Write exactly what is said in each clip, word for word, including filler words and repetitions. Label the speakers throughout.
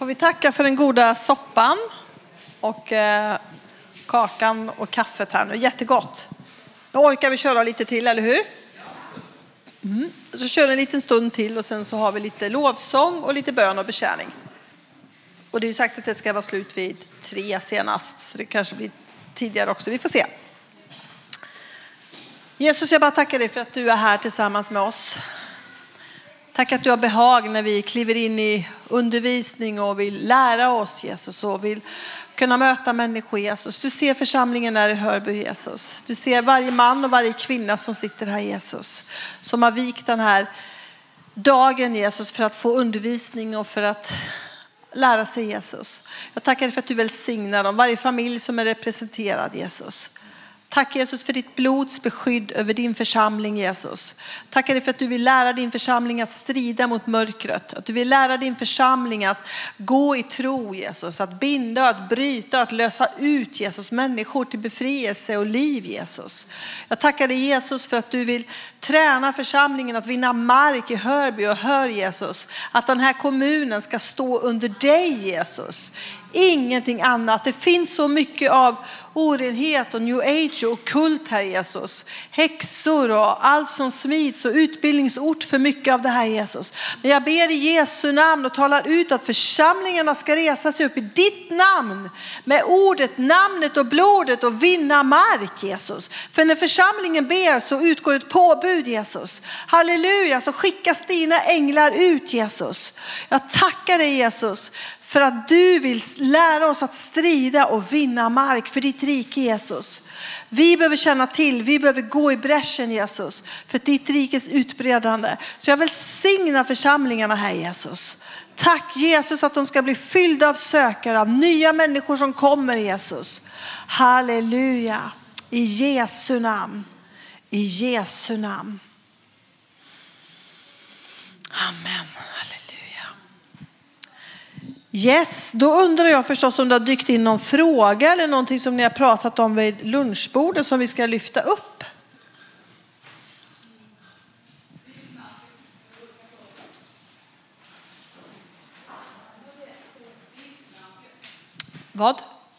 Speaker 1: Får vi tacka för den goda soppan och eh, kakan och kaffet här nu. Jättegott. Nu orkar vi köra lite till, eller hur? Mm. Så kör en liten stund till och sen så har vi lite lovsång och lite bön och betjäning. Och det är ju sagt att det ska vara slut vid tre senast, så det kanske blir tidigare också. Vi får se. Jesus, jag bara tackar dig för att du är här tillsammans med oss. Tack att du har behag när vi kliver in i undervisning och vill lära oss, Jesus, och vill kunna möta människor, Jesus. Du ser församlingen här i Hörby, Jesus. Du ser varje man och varje kvinna som sitter här, Jesus, som har vikt den här dagen, Jesus, för att få undervisning och för att lära sig, Jesus. Jag tackar dig för att du välsignar dem, varje familj som är representerad, Jesus. Tack, Jesus, för ditt blods beskydd över din församling, Jesus. Tackar dig för att du vill lära din församling att strida mot mörkret. Att du vill lära din församling att gå i tro, Jesus. Att binda, att bryta, att lösa ut, Jesus, människor till befrielse och liv, Jesus. Jag tackar dig, Jesus, för att du vill träna församlingen att vinna mark i Hörby och hör, Jesus. Att den här kommunen ska stå under dig, Jesus. Ingenting annat. Det finns så mycket av orenhet och new age och kult här, Jesus. Häxor och allt som smids och utbildningsort för mycket av det här, Jesus. Men jag ber i Jesu namn och talar ut att församlingarna ska resa sig upp i ditt namn. Med ordet, namnet och blodet och vinna mark, Jesus. För när församlingen ber så utgår ett påbud, Jesus. Halleluja, så skickas dina änglar ut, Jesus. Jag tackar dig, Jesus, för att du vill lära oss att strida och vinna mark för ditt rike, Jesus. Vi behöver känna till, vi behöver gå i bräschen, Jesus, för ditt rikes utbredande. Så jag vill signa församlingarna här, Jesus. Tack, Jesus, att de ska bli fyllda av sökare, av nya människor som kommer, Jesus. Halleluja. I Jesu namn. I Jesu namn. Amen. Yes, då undrar jag förstås om det har dykt in någon fråga eller någonting som ni har pratat om vid lunchbordet som vi ska lyfta upp. Vad?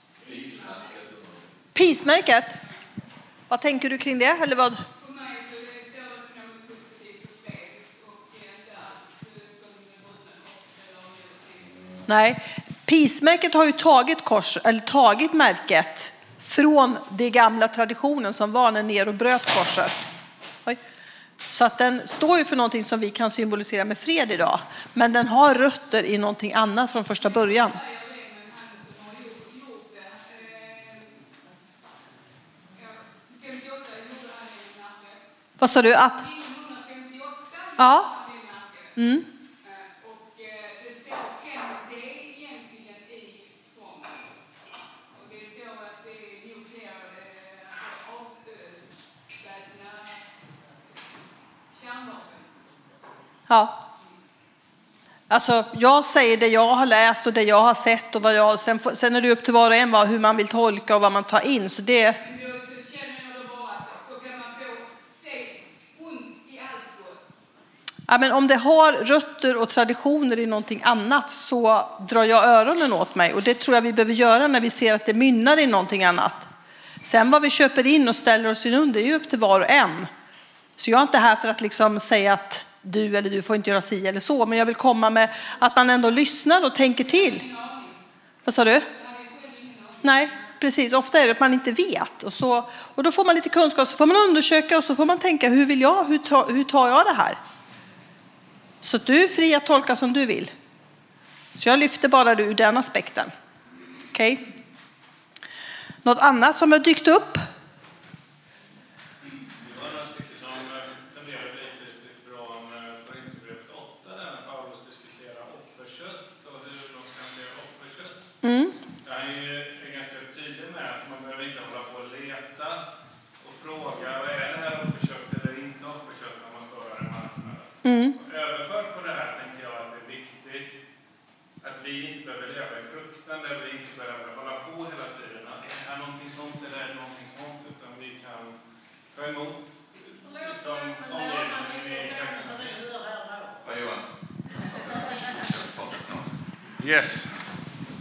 Speaker 1: Peace-märket. Vad tänker du kring det, eller vad? Nej, peace-märket har ju tagit kors, eller tagit märket från det gamla traditionen som var när Nero bröt korset. Oj. Så att den står ju för någonting som vi kan symbolisera med fred idag. Men den har rötter i någonting annat från första början. Vad sa du? Att? Ja. Mm. Ja. Alltså jag säger det jag har läst och det jag har sett och vad jag sen, sen är det upp till var och en vad, hur man vill tolka och vad man tar in, så det. Ja, men om det har rötter och traditioner i någonting annat så drar jag öronen åt mig, och det tror jag vi behöver göra när vi ser att det mynnar i någonting annat. Sen vad vi köper in och ställer oss in under är ju upp till var och en. Så jag är inte här för att liksom säga att du eller du får inte göra si eller så. Men jag vill komma med att man ändå lyssnar och tänker till. Vad sa du? Nej, precis. Ofta är det att man inte vet. Och, så, och då får man lite kunskap, så får man undersöka och så får man tänka, hur vill jag, hur, ta, hur tar jag det här? Så att du är fri att tolka som du vill. Så jag lyfter bara det ur den aspekten. Okej? Okay. Något annat som har dykt upp? Mm.
Speaker 2: Jag är ju ganska tydlig med att man behöver inte hålla på och leta och fråga vad är det här offerkött eller inte offerkött när man står här i marknaden.
Speaker 1: Mm.
Speaker 2: Överfört på det här tänker jag att det är viktigt att vi inte behöver leva i fruktan, där vi inte behöver hålla på hela tiden. Att det är någonting sånt eller är någonting sånt, utan vi kan ta emot liksom omgivningen i tacksamhet.
Speaker 3: Vad Johan?
Speaker 2: Yes.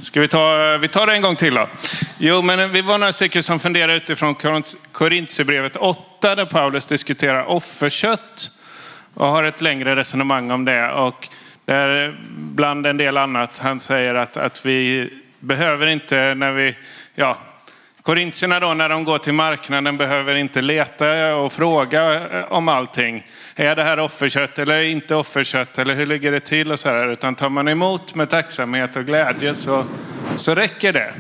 Speaker 2: Ska vi ta, vi tar det en gång till då? Jo, men vi var några stycken som funderade utifrån Korintierbrevet åtta där Paulus diskuterar offerkött och har ett längre resonemang om det. Och där bland en del annat han säger att, att vi behöver inte när vi... ja. Korintierna då när de går till marknaden behöver inte leta och fråga om allting. Är det här offerkött eller inte offerkött eller hur ligger det till och så här. Utan tar man emot med tacksamhet och glädje så, så räcker det.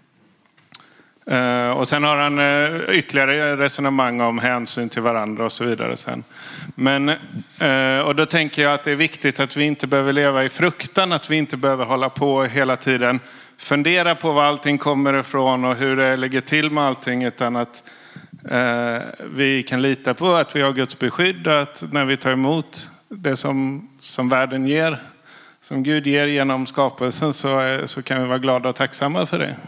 Speaker 2: Uh, och sen har han uh, ytterligare resonemang om hänsyn till varandra och så vidare sen. Men, uh, och då tänker jag att det är viktigt att vi inte behöver leva i fruktan. Att vi inte behöver hålla på hela tiden. Fundera på var allting kommer ifrån och hur det ligger till med allting. Utan att uh, vi kan lita på att vi har Guds beskydd. Och att när vi tar emot det som, som världen ger. Som Gud ger genom skapelsen så, så kan vi vara glada och tacksamma för det.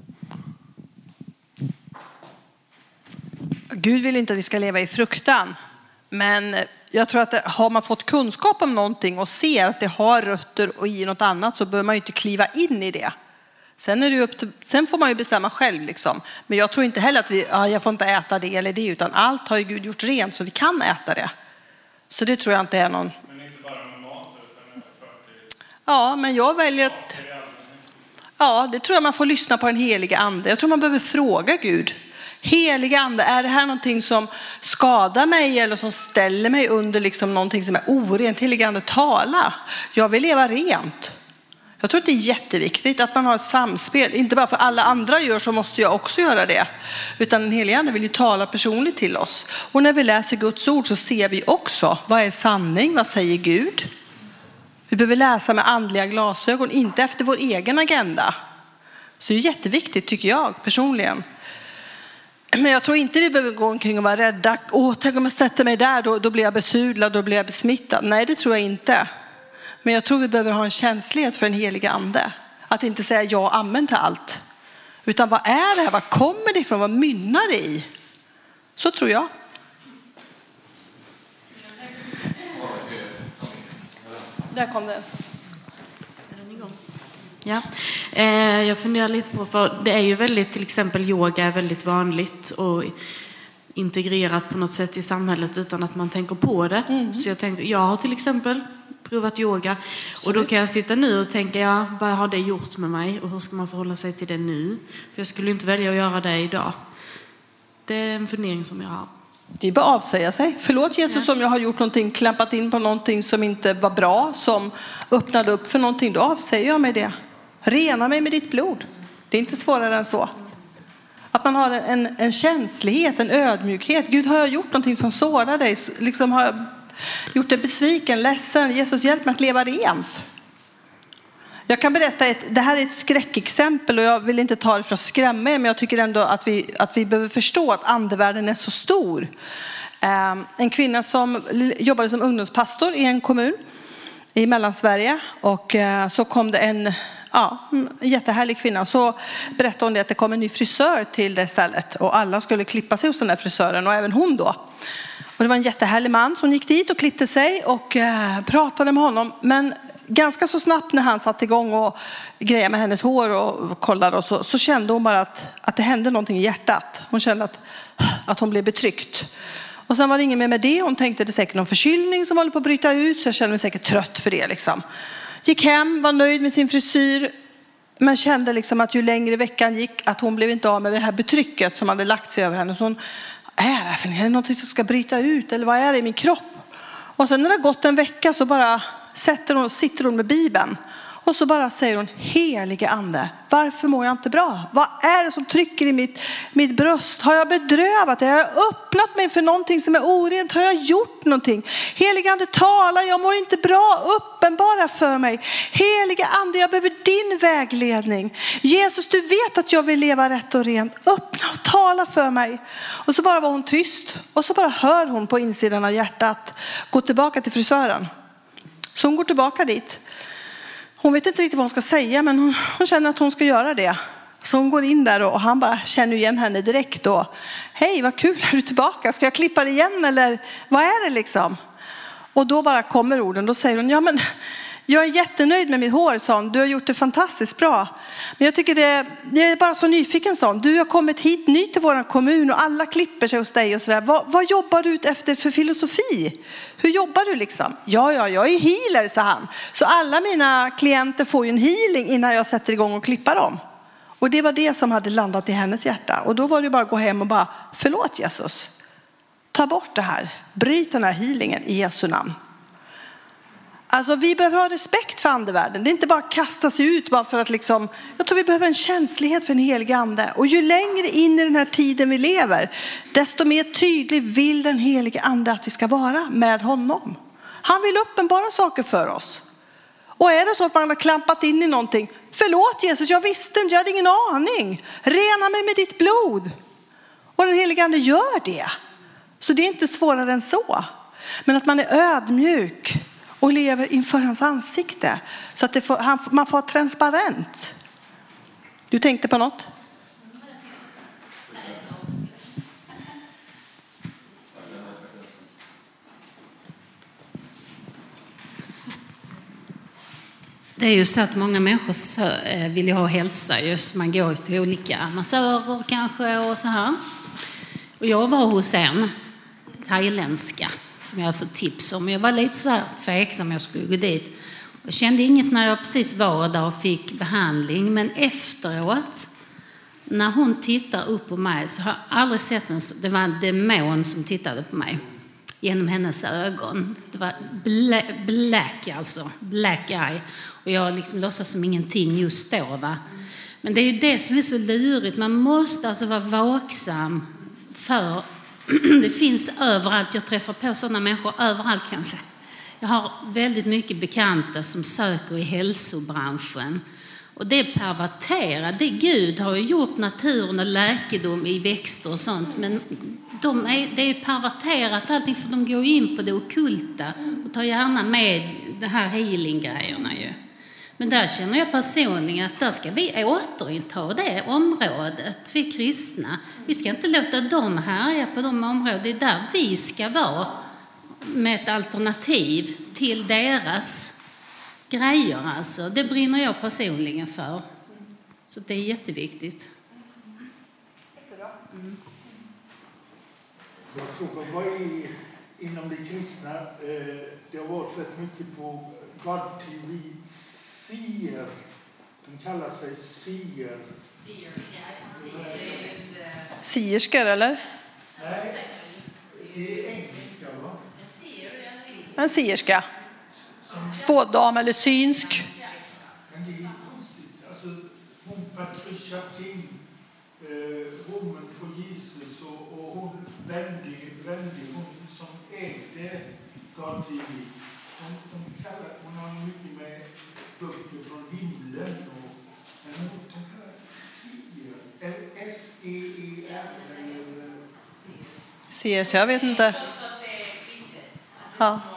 Speaker 1: Gud vill inte att vi ska leva i fruktan. Men jag tror att det, har man fått kunskap om någonting och ser att det har rötter och i något annat så bör man ju inte kliva in i det. Sen, är det upp till, sen får man ju bestämma själv liksom. Men jag tror inte heller att vi, ja, jag får inte äta det eller det. Utan allt har ju Gud gjort rent så vi kan äta det. Så det tror jag inte är någon...
Speaker 2: Men inte bara med mat utan med förtid.
Speaker 1: Ja, men jag väljer att... Ja, det tror jag man får lyssna på den heliga ande. Jag tror man behöver fråga Gud. Heliga ande, är det här någonting som skadar mig eller som ställer mig under liksom någonting som är orent? Heliga ande, tala. Jag vill leva rent. Jag tror att det är jätteviktigt att man har ett samspel. Inte bara för alla andra gör så måste jag också göra det. Utan den heliga ande vill ju tala personligt till oss. Och när vi läser Guds ord så ser vi också vad är sanning, vad säger Gud. Vi behöver läsa med andliga glasögon, inte efter vår egen agenda. Så det är jätteviktigt tycker jag personligen. Men jag tror inte vi behöver gå omkring och vara rädda. Åh, tänk om jag sätter mig där, då, då blir jag besudlad, då blir jag besmittad. Nej, det tror jag inte. Men jag tror vi behöver ha en känslighet för en helig ande. Att inte säga ja och amen till allt. Utan vad är det här? Vad kommer det ifrån? Vad mynnar det i? Så tror jag. Där kom det.
Speaker 3: Ja, eh, jag funderar lite på, för det är ju väldigt, till exempel yoga är väldigt vanligt och integrerat på något sätt i samhället utan att man tänker på det. Mm. Så jag tänker, jag har till exempel provat yoga och då kan jag sitta nu och tänka, ja, vad har det gjort med mig och hur ska man förhålla sig till det nu? För jag skulle inte välja att göra det idag. Det är en fundering som jag har.
Speaker 1: Det är bara att avsäga sig. Förlåt Jesus ja. Om jag har gjort någonting, klampat in på någonting som inte var bra, som öppnade upp för någonting, då avsäger jag mig det. Rena mig med ditt blod. Det är inte svårare än så. Att man har en, en känslighet, en ödmjukhet. Gud, har jag gjort någonting som sårar dig? Liksom har jag gjort dig besviken, ledsen? Jesus, hjälp mig att leva rent. Jag kan berätta, ett, det här är ett skräckexempel och jag vill inte ta det för att skrämma er, men jag tycker ändå att vi, att vi behöver förstå att andevärlden är så stor. En kvinna som jobbade som ungdomspastor i en kommun i Mellansverige och så kom det en ja, jättehärlig kvinna. Så berättade hon det att det kom en ny frisör till det stället och alla skulle klippa sig hos den där frisören och även hon då. Och det var en jättehärlig man som gick dit och klippte sig och pratade med honom, men ganska så snabbt när han satte igång och grejade med hennes hår och kollade och så, så kände hon bara att, att det hände någonting i hjärtat. Hon kände att, att hon blev betryckt. Och sen var det ingen mer med det. Hon tänkte att det är säkert någon förkylning som håller på att bryta ut. Så jag kände mig säkert trött för det liksom. Gick hem, var nöjd med sin frisyr. Men kände liksom att ju längre veckan gick att hon blev inte av med det här betrycket som hade lagt sig över henne. Så hon, är det, för är det någonting som ska bryta ut? Eller vad är det i min kropp? Och sen när det har gått en vecka så bara sätter hon, sitter hon med Bibeln. Och så bara säger hon, helige ande, varför mår jag inte bra? Vad är det som trycker i mitt, mitt bröst? Har jag bedrövat? Har jag öppnat mig för någonting som är orent? Har jag gjort någonting? Helige ande, tala, jag mår inte bra. Uppenbara för mig. Helige ande, jag behöver din vägledning. Jesus, du vet att jag vill leva rätt och rent. Öppna och tala för mig. Och så bara var hon tyst. Och så bara hör hon på insidan av hjärtat. Gå tillbaka till frisören. Så hon går tillbaka dit. Hon vet inte riktigt vad hon ska säga, men hon, hon känner att hon ska göra det. Så hon går in där och han bara känner igen henne direkt. Och, hej, vad kul, är du tillbaka? Ska jag klippa dig igen eller vad är det liksom? Och då bara kommer orden. Då säger hon, ja men Jag är jättenöjd med mitt hår, sån. Du har gjort det fantastiskt bra. Men jag tycker det, jag är bara så nyfiken, sån. Du har kommit hit ny till vår kommun och alla klipper sig hos dig och sådär. Vad, vad jobbar du ut efter för filosofi? Hur jobbar du liksom? Ja, ja, jag är healer, sa han. Så alla mina klienter får ju en healing innan jag sätter igång och klippa dem. Och det var det som hade landat i hennes hjärta. Och då var det bara att gå hem och bara, förlåt Jesus. Ta bort det här. Bryt den här healingen i Jesu namn. Alltså vi behöver ha respekt för andevärlden. Det är inte bara att kasta sig ut bara för att liksom. Jag tror vi behöver en känslighet för en helig ande. Och ju längre in i den här tiden vi lever, desto mer tydlig vill den helige ande att vi ska vara med honom. Han vill uppenbara saker för oss. Och är det så att man har klampat in i någonting, förlåt Jesus, jag visste inte, jag hade ingen aning. Rena mig med ditt blod. Och den helige ande gör det. Så det är inte svårare än så. Men att man är ödmjuk och lever inför hans ansikte. Så att det får, han, man får transparent. Du tänkte på något?
Speaker 4: Det är ju så att många människor vill ju ha hälsa. Just man går till olika massörer kanske och så här. Och jag var hos en thailändska som jag har fått tips om. Jag var lite så här tveksam om jag skulle gå dit. Jag kände inget när jag precis var där och fick behandling. Men efteråt, när hon tittar upp på mig, så har jag aldrig sett en... Det var en demon som tittade på mig genom hennes ögon. Det var black, black alltså, black eye. Och jag liksom låtsas som ingenting just då, va. Men det är ju det som är så lurigt. Man måste alltså vara vaksam för... Det finns överallt. Jag träffar på sådana människor överallt, kan jag säga. Jag har väldigt mycket bekanta som söker i hälsobranschen. Och det är perverterat. Det Gud har ju gjort naturen och läkedom i växter och sånt. Men de är, det är perverterat allting, för de går in på det ockulta och tar gärna med det här healing-grejerna ju. Men där känner jag personligen att där ska vi återinta det området, vi kristna. Vi ska inte låta dem härja på de områden. Det är där vi ska vara med ett alternativ till deras grejer. Alltså. Det brinner jag personligen för. Så det är jätteviktigt.
Speaker 5: Mm. Jag frågar, vad är inom det kristna? Det har varit rätt mycket på God T V. Seer. De kallar sig seer.
Speaker 1: Sierskor, eller?
Speaker 5: Nej, det är engelska, va?
Speaker 1: En sierska. Spådam eller synsk.
Speaker 5: Men det är konstigt. Alltså, hon Patricia King, eh, Woman for Jesus, och, och hon Wendy, Wendy, hon som ägde God T V. De, de kallar, hon har mycket med böcker från himlen. Och, men hon, de kallar Seer. S E E R.
Speaker 1: Seers, jag vet inte. Ja.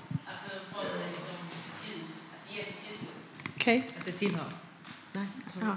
Speaker 1: Okej.
Speaker 6: Att det tillhör. Nej.
Speaker 7: Ja.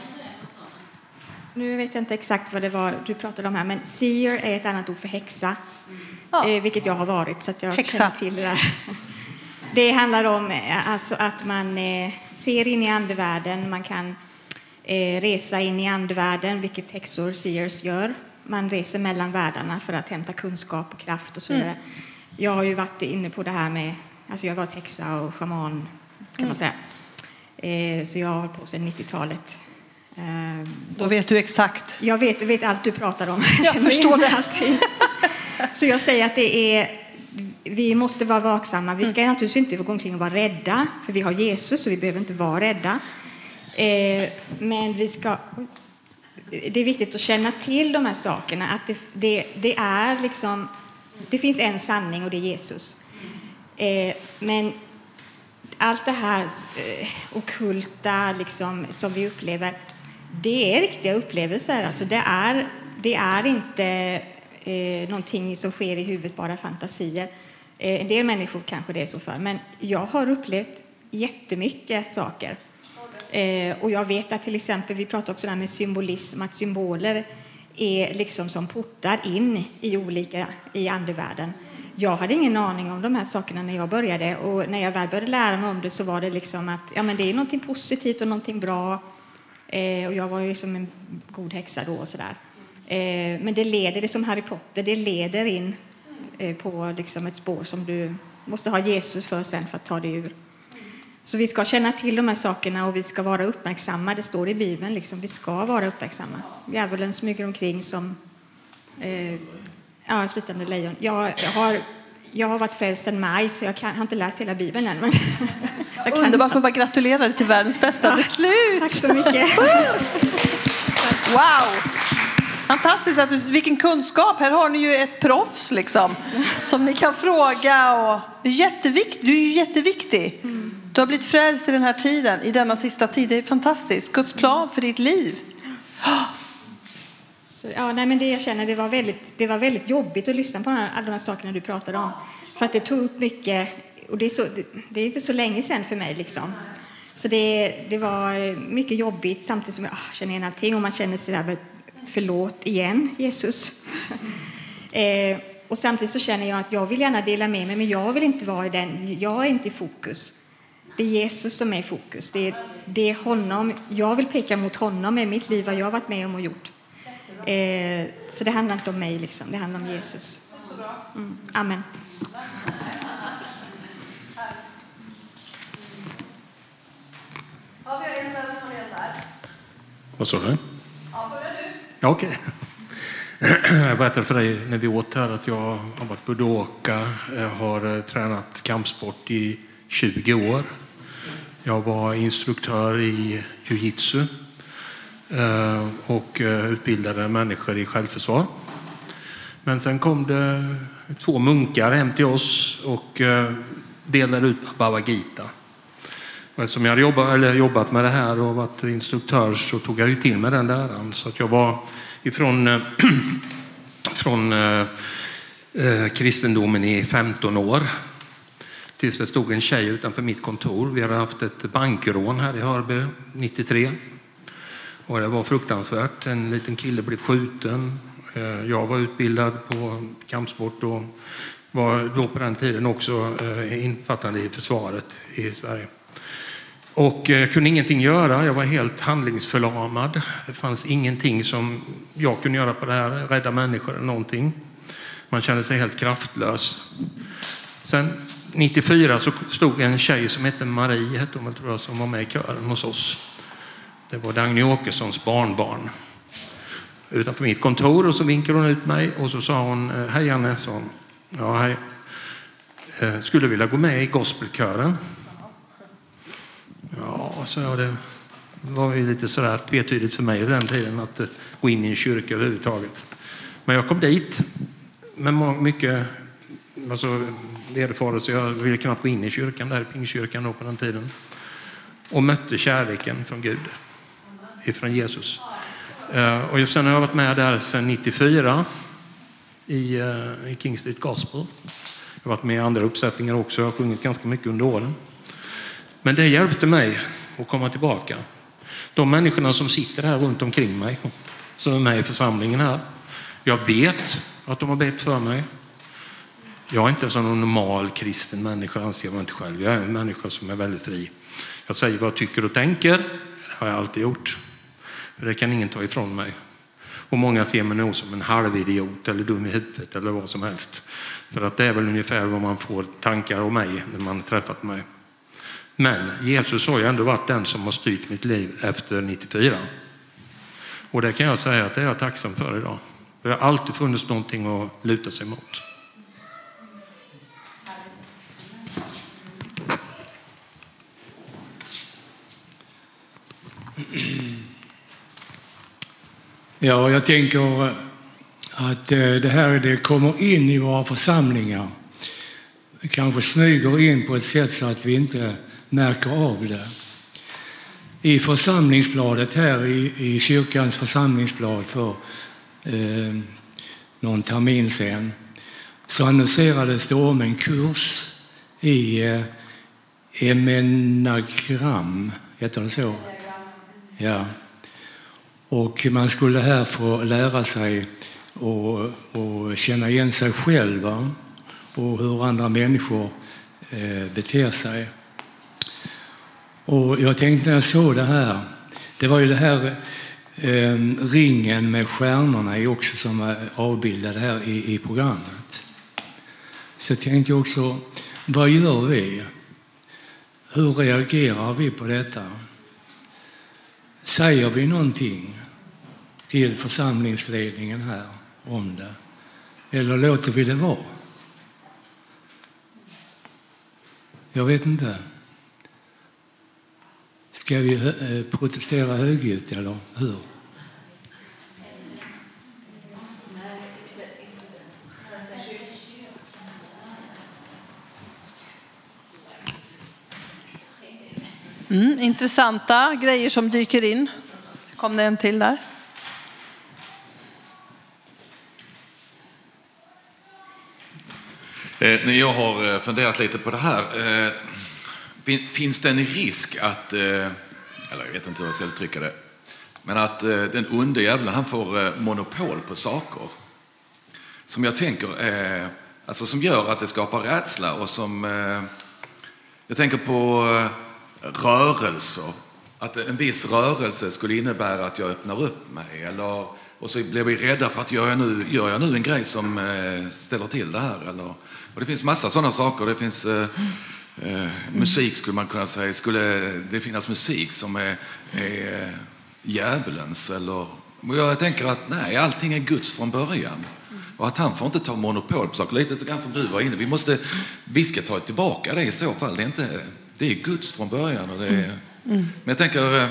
Speaker 7: Nu vet jag inte exakt vad det var du pratade om här, men seer är ett annat ord för häxa,
Speaker 1: Ja.
Speaker 7: eh, vilket jag har varit, så att jag
Speaker 1: Häxa.
Speaker 7: känner till det där. Det handlar om eh, alltså att man eh, ser in i andevärlden, man kan eh, resa in i andevärlden, vilket häxor, seers, gör. Man reser mellan världarna för att hämta kunskap och kraft och så vidare. Mm. Jag har ju varit inne på det här med, alltså jag har varit häxa och shaman, kan mm. man säga. Eh, så jag har hållit på sedan nittiotalet. Eh,
Speaker 1: Då vet du exakt.
Speaker 7: Jag vet, vet allt du pratar om.
Speaker 1: Jag, jag förstår det
Speaker 7: alltid. Så jag säger att det är, vi måste vara vaksamma. Vi ska mm. naturligtvis inte gå omkring och vara rädda, för vi har Jesus så vi behöver inte vara rädda. Eh, men vi ska, det är viktigt att känna till de här sakerna. Att det, det, det är liksom, det finns en sanning och det är Jesus. Eh, men allt det här eh, ockulta liksom, som vi upplever, det är riktiga upplevelser. Alltså det, är, det är inte eh, någonting som sker i huvudet, bara fantasier. Eh, en del människor kanske det är så för. Men jag har upplevt jättemycket saker. Eh, och jag vet att till exempel, vi pratar också där med symbolism, att symboler är liksom som portar in i olika, i andevärlden. Jag hade ingen aning om de här sakerna när jag började, och när jag väl började lära mig om det så var det liksom att ja, men det är någonting positivt och någonting bra. Eh, och jag var ju liksom en god häxa då och sådär. Eh, men det leder, det som Harry Potter, det leder in eh, på liksom ett spår som du måste ha Jesus för sen för att ta dig ur. Så vi ska känna till de här sakerna och vi ska vara uppmärksamma. Det står i Bibeln, liksom, vi ska vara uppmärksamma. Djävulen smyger omkring som eh, ja, flytande lejon. Jag, jag, har, jag har varit frälst sedan maj, så jag kan, har inte läst hela Bibeln än. Men jag kan.
Speaker 1: Underbart, får bara gratulera dig till världens bästa ja, beslut.
Speaker 7: Tack så mycket.
Speaker 1: Wow! Fantastiskt, att du, vilken kunskap. Här har ni ju ett proffs liksom, som ni kan fråga. Och, du, är jättevikt, du är ju jätteviktig. Mm. Du har blivit frälst i den här tiden, i denna sista tid. Det är fantastiskt. Guds plan för ditt liv.
Speaker 7: Så, ja, nej, men det jag känner, det var, väldigt, det var väldigt jobbigt att lyssna på alla de här sakerna du pratade om. För att det tog upp mycket, och det är, så, det, det är inte så länge sedan för mig liksom. Så det, det var mycket jobbigt samtidigt som jag oh, känner igen allting. Och man känner sig där, förlåt igen Jesus. eh, och samtidigt så känner jag att jag vill gärna dela med mig, men jag vill inte vara i den, jag är inte i fokus. Det är Jesus som är i fokus. Det är, det är honom, jag vill peka mot honom med mitt liv, vad jag har varit med om och gjort. Eh, så det handlar inte om mig liksom, det handlar om Jesus. Mm. Amen.
Speaker 1: Ja, vi har en där som är där.
Speaker 6: Vad sa du?
Speaker 1: Ja, börjar du.
Speaker 6: Ja, okej. Jag berättade för dig när vi åt här att jag har varit budoka. Jag har tränat kampsport i tjugo år. Jag var instruktör i jiu-jitsu och utbildade människor i självförsvar. Men sen kom det två munkar hem till oss och delade ut Bhagavad Gita. Och eftersom jag hade jobbat, eller jobbat med det här och varit instruktör, så tog jag ju till med den där. Så att jag var ifrån från eh, kristendomen i femton år. Tills det stod en tjej utanför mitt kontor. Vi hade haft ett bankrån här i Hörby nittiotre. Och det var fruktansvärt. En liten kille blev skjuten. Jag var utbildad på kampsport och var då på den tiden också infattande i försvaret i Sverige. Och jag kunde ingenting göra. Jag var helt handlingsförlamad. Det fanns ingenting som jag kunde göra på det här. Rädda människor eller någonting. Man kände sig helt kraftlös. Sen nittiofyra så stod en tjej som hette Marie, hette hon, tror jag, som var med i kören hos oss. Det var Dagny Åkessons barnbarn. Utanför mitt kontor, och så vinkade hon ut mig och så sa hon: hej Janne, sa hon. Ja, hej. Skulle vilja gå med i gospelkören? Ja, så ja, det var ju lite sådär tvetydigt för mig i den tiden att gå in i en kyrka överhuvudtaget. Men jag kom dit med mycket alltså, erfarenhet, så jag ville knappt gå in i kyrkan, där i Pingstkyrkan då på den tiden. Och mötte kärleken från Gud, ifrån Jesus. Och sen har jag varit med där sedan nittiofyra i, i King Street Gospel. Jag har varit med i andra uppsättningar också, jag har sjungit ganska mycket under åren. Men det hjälpte mig att komma tillbaka. De människorna som sitter här runt omkring mig, som är med i församlingen här, jag vet att de har bett för mig. Jag är inte en sån normal kristen människa, anser jag mig inte själv. Jag är en människa som är väldigt fri. Jag säger vad jag tycker och tänker, det har jag alltid gjort. För det kan ingen ta ifrån mig. Och många ser mig nog som en halvidiot eller dum i huvudet eller vad som helst. För att det är väl ungefär vad man får tankar om mig när man har träffat mig. Men Jesus har ju ändå varit den som har styrt mitt liv efter nittiofyra. Och det kan jag säga att det är jag tacksam för idag. Det har alltid funnits någonting att luta sig mot.
Speaker 5: Ja, jag tänker att det här det kommer in i våra församlingar. Det kanske smyger in på ett sätt så att vi inte märker av det. I församlingsbladet här, i, i kyrkans församlingsblad för eh, någon termin sedan, så annonserades det om en kurs i eh, emenagram, heter det så? Ja. Och man skulle här få lära sig och, och känna igen sig själv, va?
Speaker 8: på hur andra människor eh, beter sig. Och jag tänkte när jag såg det här, det var ju det här eh, ringen med stjärnorna är också som är avbildade här i, i programmet. Så tänkte jag också, vad gör vi? Hur reagerar vi på detta? Säger vi någonting till församlingsledningen här om det? Eller låter vi det vara? Jag vet inte. Ska vi protestera högljutt eller hur?
Speaker 1: Mm, intressanta grejer som dyker in. Kom det en till där?
Speaker 9: Eh, jag har funderat lite på det här. Eh, finns det en risk att, eh, eller jag vet inte hur jag ska uttrycka det, men att eh, den onde jävlen han får eh, monopol på saker som jag tänker, eh, alltså som gör att det skapar rädsla och som, eh, jag tänker på eh, rörelser. Att en viss rörelse skulle innebära att jag öppnar upp mig. Eller, och så blir vi rädda för att gör jag nu, gör jag nu en grej som eh, ställer till det här. Eller, och det finns massa sådana saker. Det finns eh, eh, musik skulle man kunna säga. Skulle det finnas musik som är, är djävulens? Eller, och jag tänker att nej, allting är Guds från början. Och att han får inte ta monopol på saker. Lite så grann som du var inne. Vi, måste, vi ska ta tillbaka det i så fall. Det är, inte, det är Guds från början. Och det är, mm. Men jag tänker mm.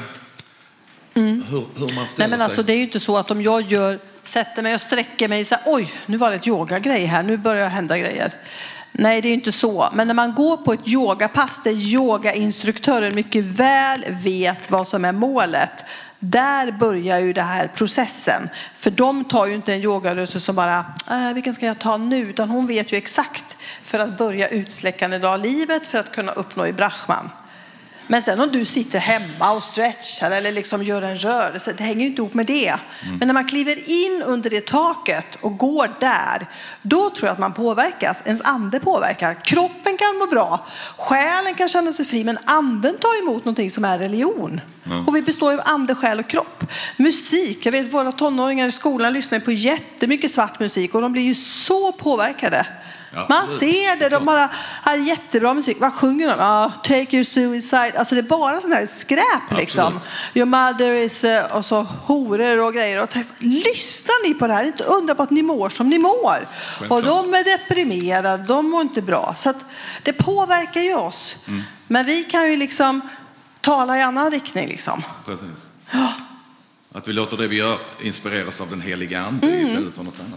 Speaker 9: hur, hur man ställer
Speaker 1: Nej, men
Speaker 9: sig.
Speaker 1: alltså, det är ju inte så att om jag gör, sätter mig och sträcker mig så här, oj, nu var det ett yogagrej här, nu börjar det hända grejer. Nej, det är inte så. Men när man går på ett yogapass där yogainstruktören mycket väl vet vad som är målet, där börjar ju det här processen. För de tar ju inte en yogarörelse som bara, äh, vilken ska jag ta nu? Utan hon vet ju exakt för att börja utsläckande av livet för att kunna uppnå i Brahman. Men sen om du sitter hemma och stretchar eller liksom gör en rörelse, det hänger ju inte ihop med det. Mm. Men när man kliver in under det taket och går där, då tror jag att man påverkas. Ens ande påverkar. Kroppen kan må bra. Själen kan känna sig fri. Men anden tar emot någonting som är religion. Mm. Och vi består ju av ande, själ och kropp. Musik. Jag vet våra tonåringar i skolan lyssnar på jättemycket svart musik. Och de blir ju så påverkade. Ja, man ser det, de bara har jättebra musik. Vad sjunger de? Ah, take your suicide. Alltså det är bara sån här skräp liksom. Your mother is uh, och så horor och grejer. Och lyssnar ni på det här? Inte undra på att ni mår som ni mår. Och de är deprimerade, de mår inte bra. Så att det påverkar ju oss. Mm. Men vi kan ju liksom tala i annan riktning liksom.
Speaker 9: Precis. Ja. Att vi låter det vi gör inspireras av den heliga ande mm. istället för något annat.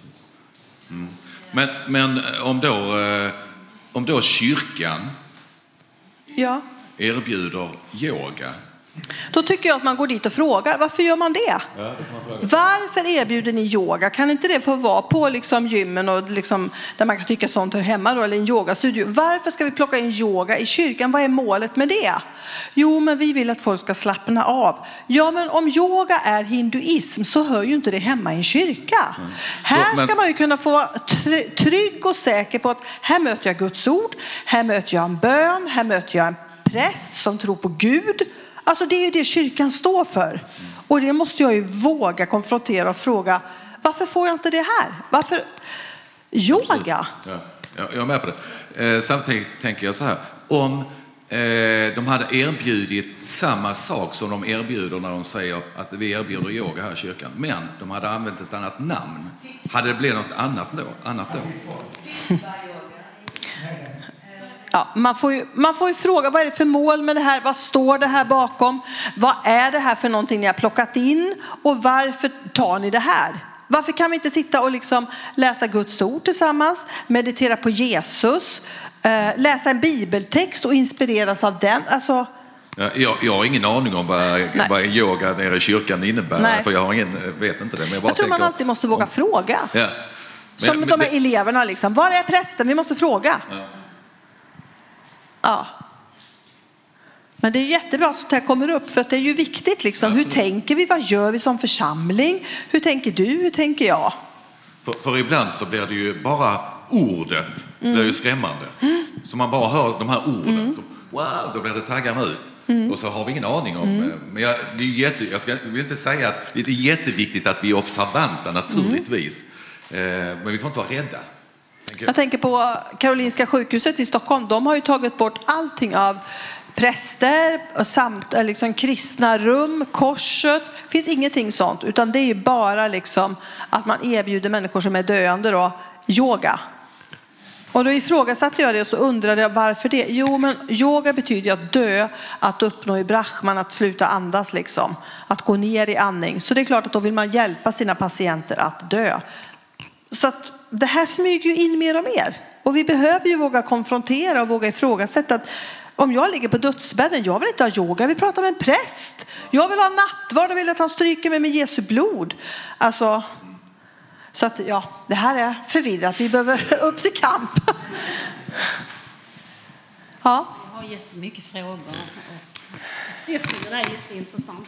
Speaker 9: Mm. Men, men om, då, om då kyrkan
Speaker 1: ja.
Speaker 9: erbjuder yoga.
Speaker 1: Då tycker jag att man går dit och frågar, varför gör man det? Ja, det man varför erbjuder ni yoga? Kan inte det få vara på liksom gymmen och liksom, där man kan tycka sånt hör hemma då, eller en yogastudio? Varför ska vi plocka in yoga i kyrkan? Vad är målet med det? Jo, men vi vill att folk ska slappna av. Ja, men om yoga är hinduism så hör ju inte det hemma i en kyrka. Mm. Här så, men... ska man ju kunna få vara trygg och säker på att här möter jag Guds ord, här möter jag en bön, här möter jag en präst som tror på Gud. Alltså det är ju det kyrkan står för. Och det måste jag ju våga konfrontera och fråga, varför får jag inte det här? Varför? Yoga?
Speaker 9: Ja, jag är med på det. Eh, samtidigt tänker jag så här, om eh, de hade erbjudit samma sak som de erbjuder när de säger att vi erbjuder yoga här i kyrkan, men de hade använt ett annat namn, hade det blivit något annat då? Annat då?
Speaker 1: Ja, man får ju, man får ju fråga, vad är det för mål med det här? Vad står det här bakom? Vad är det här för någonting ni har plockat in? Och varför tar ni det här? Varför kan vi inte sitta och liksom läsa Guds ord tillsammans? Meditera på Jesus? Eh, läsa en bibeltext och inspireras av den? Alltså...
Speaker 9: Ja, jag, jag har ingen aning om vad, vad yoga nere i kyrkan innebär. Nej. För jag har ingen, vet inte det. Men jag, bara
Speaker 1: jag tror
Speaker 9: tänker,
Speaker 1: man alltid måste våga om... fråga.
Speaker 9: Ja. Men,
Speaker 1: Som
Speaker 9: men,
Speaker 1: de här
Speaker 9: det...
Speaker 1: eleverna liksom. Var är prästen? Vi måste fråga. Ja. Ja. Men det är jättebra att det här kommer upp, för att det är ju viktigt liksom. Hur tänker vi? Vad gör vi som församling? Hur tänker du? Hur tänker jag?
Speaker 9: För, för ibland så blir det ju bara ordet
Speaker 1: Mm.
Speaker 9: blir ju skrämmande.
Speaker 1: Mm.
Speaker 9: Så man bara hör de här orden,
Speaker 1: Mm.
Speaker 9: så, wow, då blir det taggarna ut.
Speaker 1: Mm.
Speaker 9: Och så har vi ingen aning om...
Speaker 1: Mm.
Speaker 9: eh, Men jag, det är ju jätte, jag ska, vill inte säga att det är jätteviktigt att vi är observanta naturligtvis.
Speaker 1: Mm.
Speaker 9: Eh, men vi får inte vara rädda. Tänker
Speaker 1: Jag tänker på Karolinska sjukhuset i Stockholm. De har ju tagit bort allting av präster och samt, liksom kristna rum, korset. Det finns ingenting sånt, utan det är ju bara liksom att man erbjuder människor som är döende då, yoga. Och då ifrågasatte jag det och så undrade jag varför det. Jo, men yoga betyder ju att dö, att uppnå i brahman, att sluta andas liksom. Att gå ner i andning. Så det är klart att då vill man hjälpa sina patienter att dö. Så att det här smyger ju in mer och mer. Och vi behöver ju våga konfrontera och våga ifrågasätta att om jag ligger på dödsbädden, jag vill inte ha yoga, vi pratar med en präst. Jag vill ha nattvard och vill att han stryker mig med Jesu blod. Alltså, så att ja, det här är förvirrat. Vi behöver upp till kamp. Ja.
Speaker 4: Jag har jättemycket frågor och jag tycker det är jätteintressant.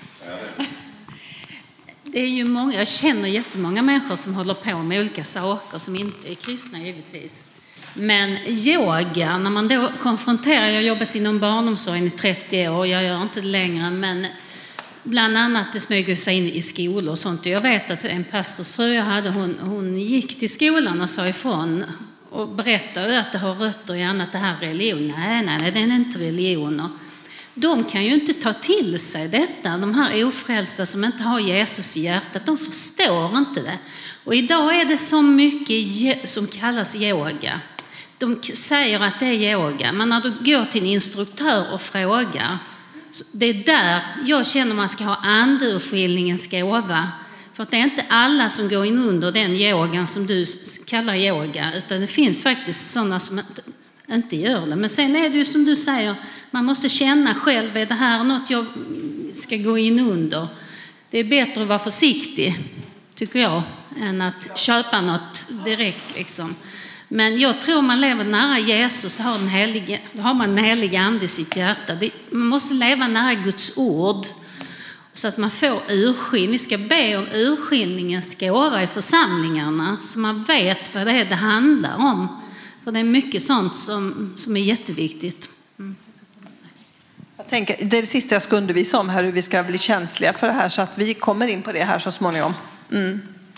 Speaker 4: Det är ju många, jag känner jättemånga människor som håller på med olika saker som inte är kristna givetvis. Men yoga, när man då konfronterar, jag har jobbat inom barnomsorgen i trettio år, jag gör inte det längre, men bland annat det smyger sig in i skolor och sånt. Jag vet att en pastorsfru jag hade, hon, hon gick till skolan och sa ifrån och berättade att det har rötter i annat, det här religion. Nej, nej, nej, det är inte religioner. De kan ju inte ta till sig detta, de här ofrälsta som inte har Jesus i hjärtat, de förstår inte det. Och idag är det så mycket som kallas yoga. De säger att det är yoga, men när du går till en instruktör och frågar, det är där jag känner man ska ha andeurskiljningens gåva. För att det är inte alla som går in under den yogan som du kallar yoga, utan det finns faktiskt sådana som inte, inte gör det. Men sen är det ju som du säger, man måste känna själv, är det här något jag ska gå in under? Det är bättre att vara försiktig, tycker jag, än att köpa något direkt liksom. Men jag tror man lever nära Jesus, har, den heliga, har man en helig ande i sitt hjärta. Det, man måste leva nära Guds ord så att man får urskiljning. Vi ska be om urskiljningens gåva i församlingarna så man vet vad det är det handlar om. För det är mycket sånt som, som är jätteviktigt. Mm.
Speaker 1: Jag tänker, det är det sista jag ska undervisa om här, hur vi ska bli känsliga för det här, så att vi kommer in på det här så småningom. Mm.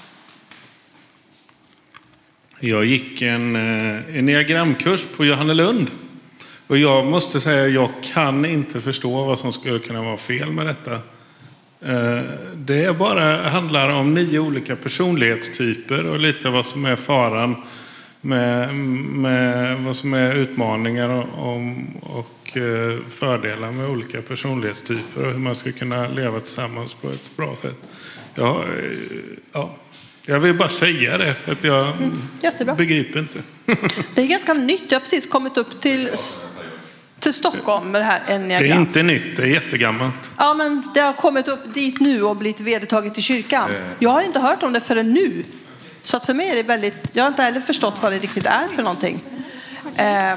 Speaker 2: Jag gick en, en diagramkurs på Johannelund. Och jag måste säga att jag kan inte förstå vad som skulle kunna vara fel med detta. Det bara handlar om nio olika personlighetstyper och lite vad som är faran med, med vad som är utmaningar och, och fördelar med olika personlighetstyper och hur man ska kunna leva tillsammans på ett bra sätt. Ja, ja. Jag vill bara säga det för att jag mm, begriper inte.
Speaker 1: Det är ganska nytt. Jag har precis kommit upp till, till Stockholm med det här enneagram.
Speaker 2: Det är inte nytt, det är jättegammalt.
Speaker 1: Ja, men det har kommit upp dit nu och blivit vedertaget i kyrkan. Jag har inte hört om det förrän nu. Så att för mig är det väldigt... Jag har inte heller förstått vad det riktigt är för någonting. Eh,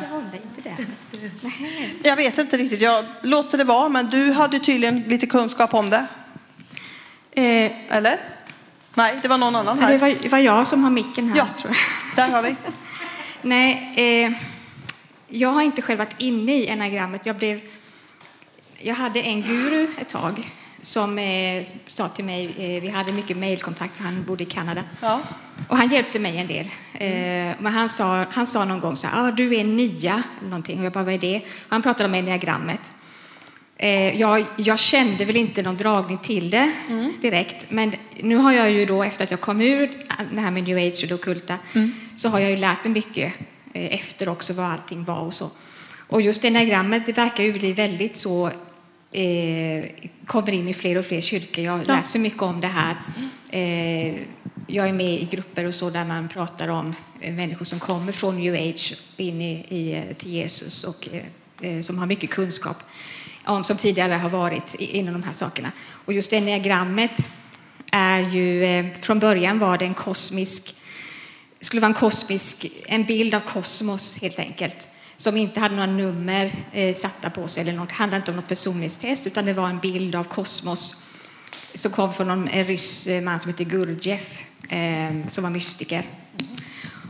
Speaker 1: jag vet inte riktigt. Jag låter det vara, men du hade tydligen lite kunskap om det. Eh, eller? Nej, det var någon annan här.
Speaker 7: Det var, var jag som har micken här,
Speaker 1: ja,
Speaker 7: tror jag.
Speaker 1: Där har vi.
Speaker 7: Nej, eh, jag har inte själv varit inne i enagrammet. Jag, blev, jag hade en guru ett tag som eh, sa till mig, eh, vi hade mycket mejlkontakt, för han bodde i Kanada. Ja. Och han hjälpte mig en del. Eh, men han sa, han sa någon gång så här, ah, du är nia, eller någonting. Och jag bara, vad är det? Och han pratade om enneagrammet. Jag, jag kände väl inte någon dragning till det mm. direkt. Men nu har jag ju då, efter att jag kom ur det här med New Age och det ockulta, mm. så har jag ju lärt mig mycket efter också vad allting var och så. Och just enneagrammet, det verkar ju bli väldigt så, eh, kommer in i fler och fler kyrkor. Jag ja. läser mycket om det här. Eh, jag är med i grupper och så där man pratar om människor som kommer från New Age in i, i, till Jesus och eh, som har mycket kunskap om, som tidigare har varit inom de här sakerna. Och just enneagrammet är ju, eh, från början var det en kosmisk, skulle vara en kosmisk, en bild av kosmos helt enkelt, som inte hade några nummer eh, satta på sig eller något. Det handlade inte om något personlighetstest, utan det var en bild av kosmos som kom från någon rysk man som heter Gurdjieff, eh, som var mystiker.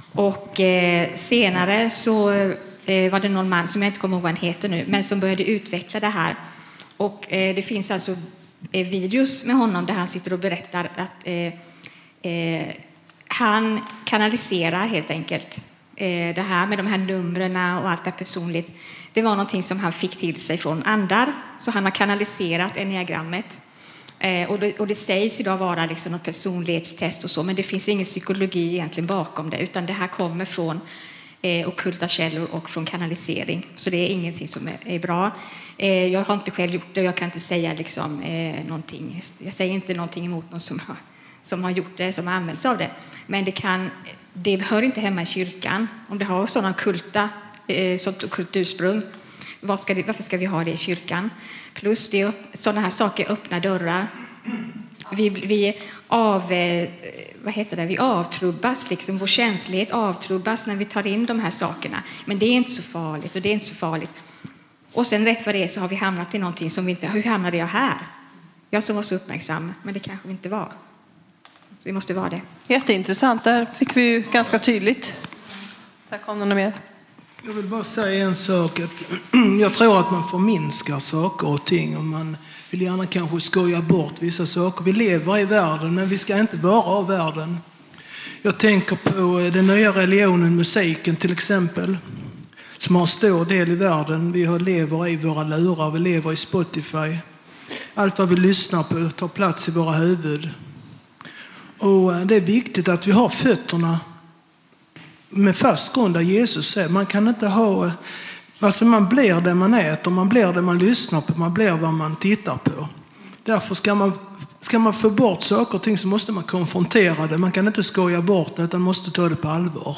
Speaker 7: Och eh, senare så eh, var det någon man som jag inte kommer ihåg vad han heter nu, men som började utveckla det här. Och eh, det finns alltså eh, videos med honom där han sitter och berättar att eh, eh, han kanaliserar helt enkelt eh, det här med de här numren och allt det personligt. Det var någonting som han fick till sig från andar, så han har kanaliserat enneagrammet. Eh, och, det, och det sägs idag vara liksom något personlighetstest och så, men det finns ingen psykologi egentligen bakom det, utan det här kommer från eh, ockulta källor och från kanalisering. Så det är ingenting som är, är bra. Eh, jag har inte själv gjort det och jag kan inte säga liksom, eh, någonting. Jag säger inte någonting emot någon som har, som har gjort det, som har använt sig av det. Men det, kan, det hör inte hemma i kyrkan. Om det har sådana kulta, eh, sådant ockult ursprung, vad ska det, varför ska vi ha det i kyrkan? Plus det, sådana här saker öppnar dörrar. Vi, vi, av, vad heter det? vi avtrubbas, liksom, vår känslighet avtrubbas när vi tar in de här sakerna. Men det är inte så farligt och det är inte så farligt. Och sen rätt vad det är så har vi hamnat i någonting som vi inte... Hur hamnade jag här? Jag som var så uppmärksam, men det kanske vi inte var. Så vi måste vara det.
Speaker 1: Jätteintressant, där fick vi ju ganska tydligt. Där kom någon mer.
Speaker 10: Jag vill bara säga en sak. Att jag tror att man förminskar saker och ting. Och man vill gärna kanske skoja bort vissa saker. Vi lever i världen, men vi ska inte vara av världen. Jag tänker på den nya religionen, musiken till exempel. Som har en stor del i världen. Vi lever i våra lurar, vi lever i Spotify. Allt vad vi lyssnar på tar plats i våra huvud. Och det är viktigt att vi har fötterna med fast grund där Jesus säger. Man kan inte ha... Alltså man blir det man äter, man blir det man lyssnar på, man blir vad man tittar på. Därför ska man, ska man få bort saker och ting så måste man konfrontera det. Man kan inte skoja bort det utan måste ta det på allvar.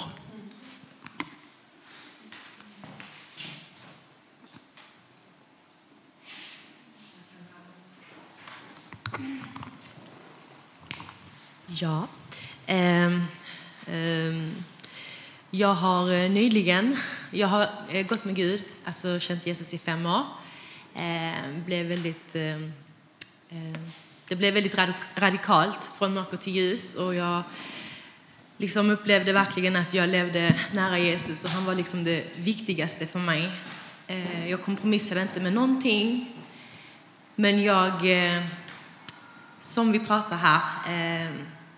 Speaker 11: Ja. Um, um. Jag har nyligen, jag har gått med Gud, alltså känt Jesus i fem år. Eh, blev väldigt, eh, det blev väldigt radikalt från mörker till ljus och jag liksom upplevde verkligen att jag levde nära Jesus och han var liksom det viktigaste för mig. Eh, jag kompromissade inte med någonting, men jag, eh, som vi pratar här, eh,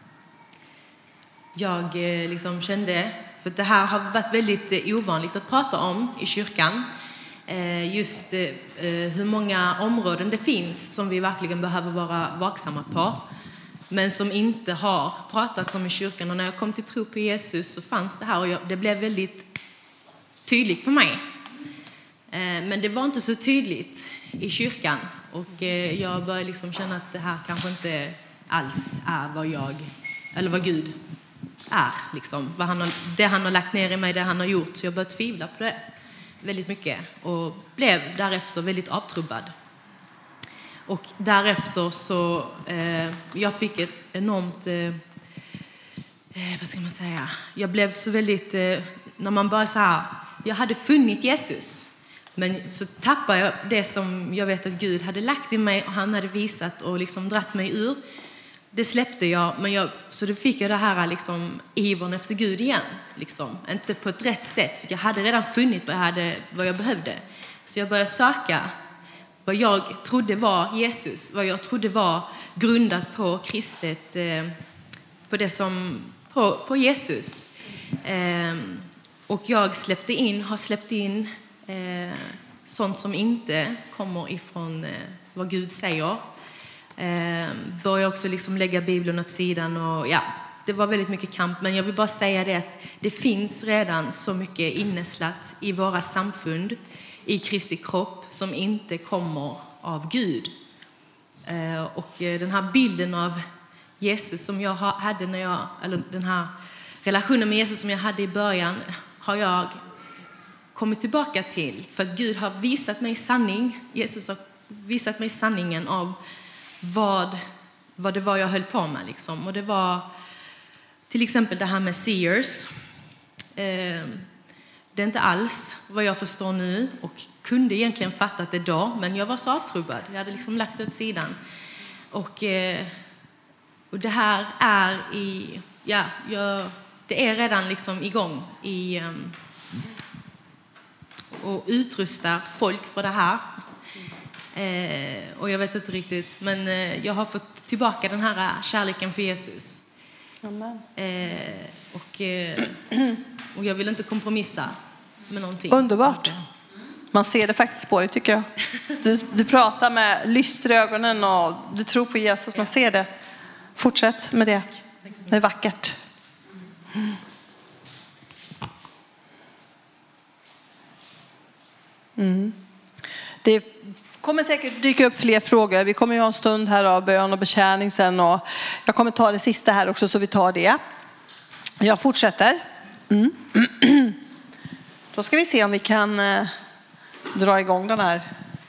Speaker 11: jag eh, liksom kände. För det här har varit väldigt ovanligt att prata om i kyrkan. Just hur många områden det finns som vi verkligen behöver vara vaksamma på. Men som inte har pratats om i kyrkan. Och när jag kom till tro på Jesus så fanns det här. Och det blev väldigt tydligt för mig. Men det var inte så tydligt i kyrkan. Och jag började liksom känna att det här kanske inte alls är vad jag, eller vad Gud är, liksom. Vad han har, det han har lagt ner i mig, det han har gjort. Så jag började tvivla på det väldigt mycket och blev därefter väldigt avtrubbad. Och därefter så eh, jag fick ett enormt eh, vad ska man säga, jag blev så väldigt eh, när man bara så här, jag hade funnit Jesus, men så tappade jag det som jag vet att Gud hade lagt i mig och han hade visat och liksom dratt mig ur. Det släppte jag, men jag, så då fick jag det här liksom, ivern efter Gud igen. Liksom. Inte på ett rätt sätt, för jag hade redan funnit vad jag, hade, vad jag behövde. Så jag började söka vad jag trodde var Jesus, vad jag trodde var grundat på kristet, eh, på det som, på, på Jesus. Eh, och jag släppte in, har släppt in eh, sånt som inte kommer ifrån eh, vad Gud säger. Eh, började också liksom lägga Bibeln åt sidan och ja, det var väldigt mycket kamp, men jag vill bara säga det att det finns redan så mycket inneslat i våra samfund, i Kristi kropp, som inte kommer av Gud. Eh, och den här bilden av Jesus som jag hade när jag, eller den här relationen med Jesus som jag hade i början, har jag kommit tillbaka till, för att Gud har visat mig sanning. Jesus har visat mig sanningen av vad, vad det var jag höll på med. Liksom. Och det var till exempel det här med seers. Eh, det är inte alls vad jag förstår nu och kunde egentligen fattat det då, men jag var så avtrubbad. Jag hade liksom lagt det åt sidan. Och, eh, och det här är i... Ja, jag, det är redan liksom igång i, um, och utrustar folk för det här. Eh, och jag vet inte riktigt, men eh, jag har fått tillbaka den här kärleken för Jesus.
Speaker 1: Amen.
Speaker 11: Eh, och, eh, och jag vill inte kompromissa med någonting.
Speaker 1: Underbart. Man ser det faktiskt på dig, tycker jag. Du, du pratar med lyster i ögonen och du tror på Jesus. Man ser det. Fortsätt med det. Det är vackert. Mm. Det kommer säkert dyka upp fler frågor. Vi kommer ju ha en stund här av bön och betjäning sen. Och jag kommer ta det sista här också, så vi tar det. Jag fortsätter. Mm. Då ska vi se om vi kan eh, dra igång den här.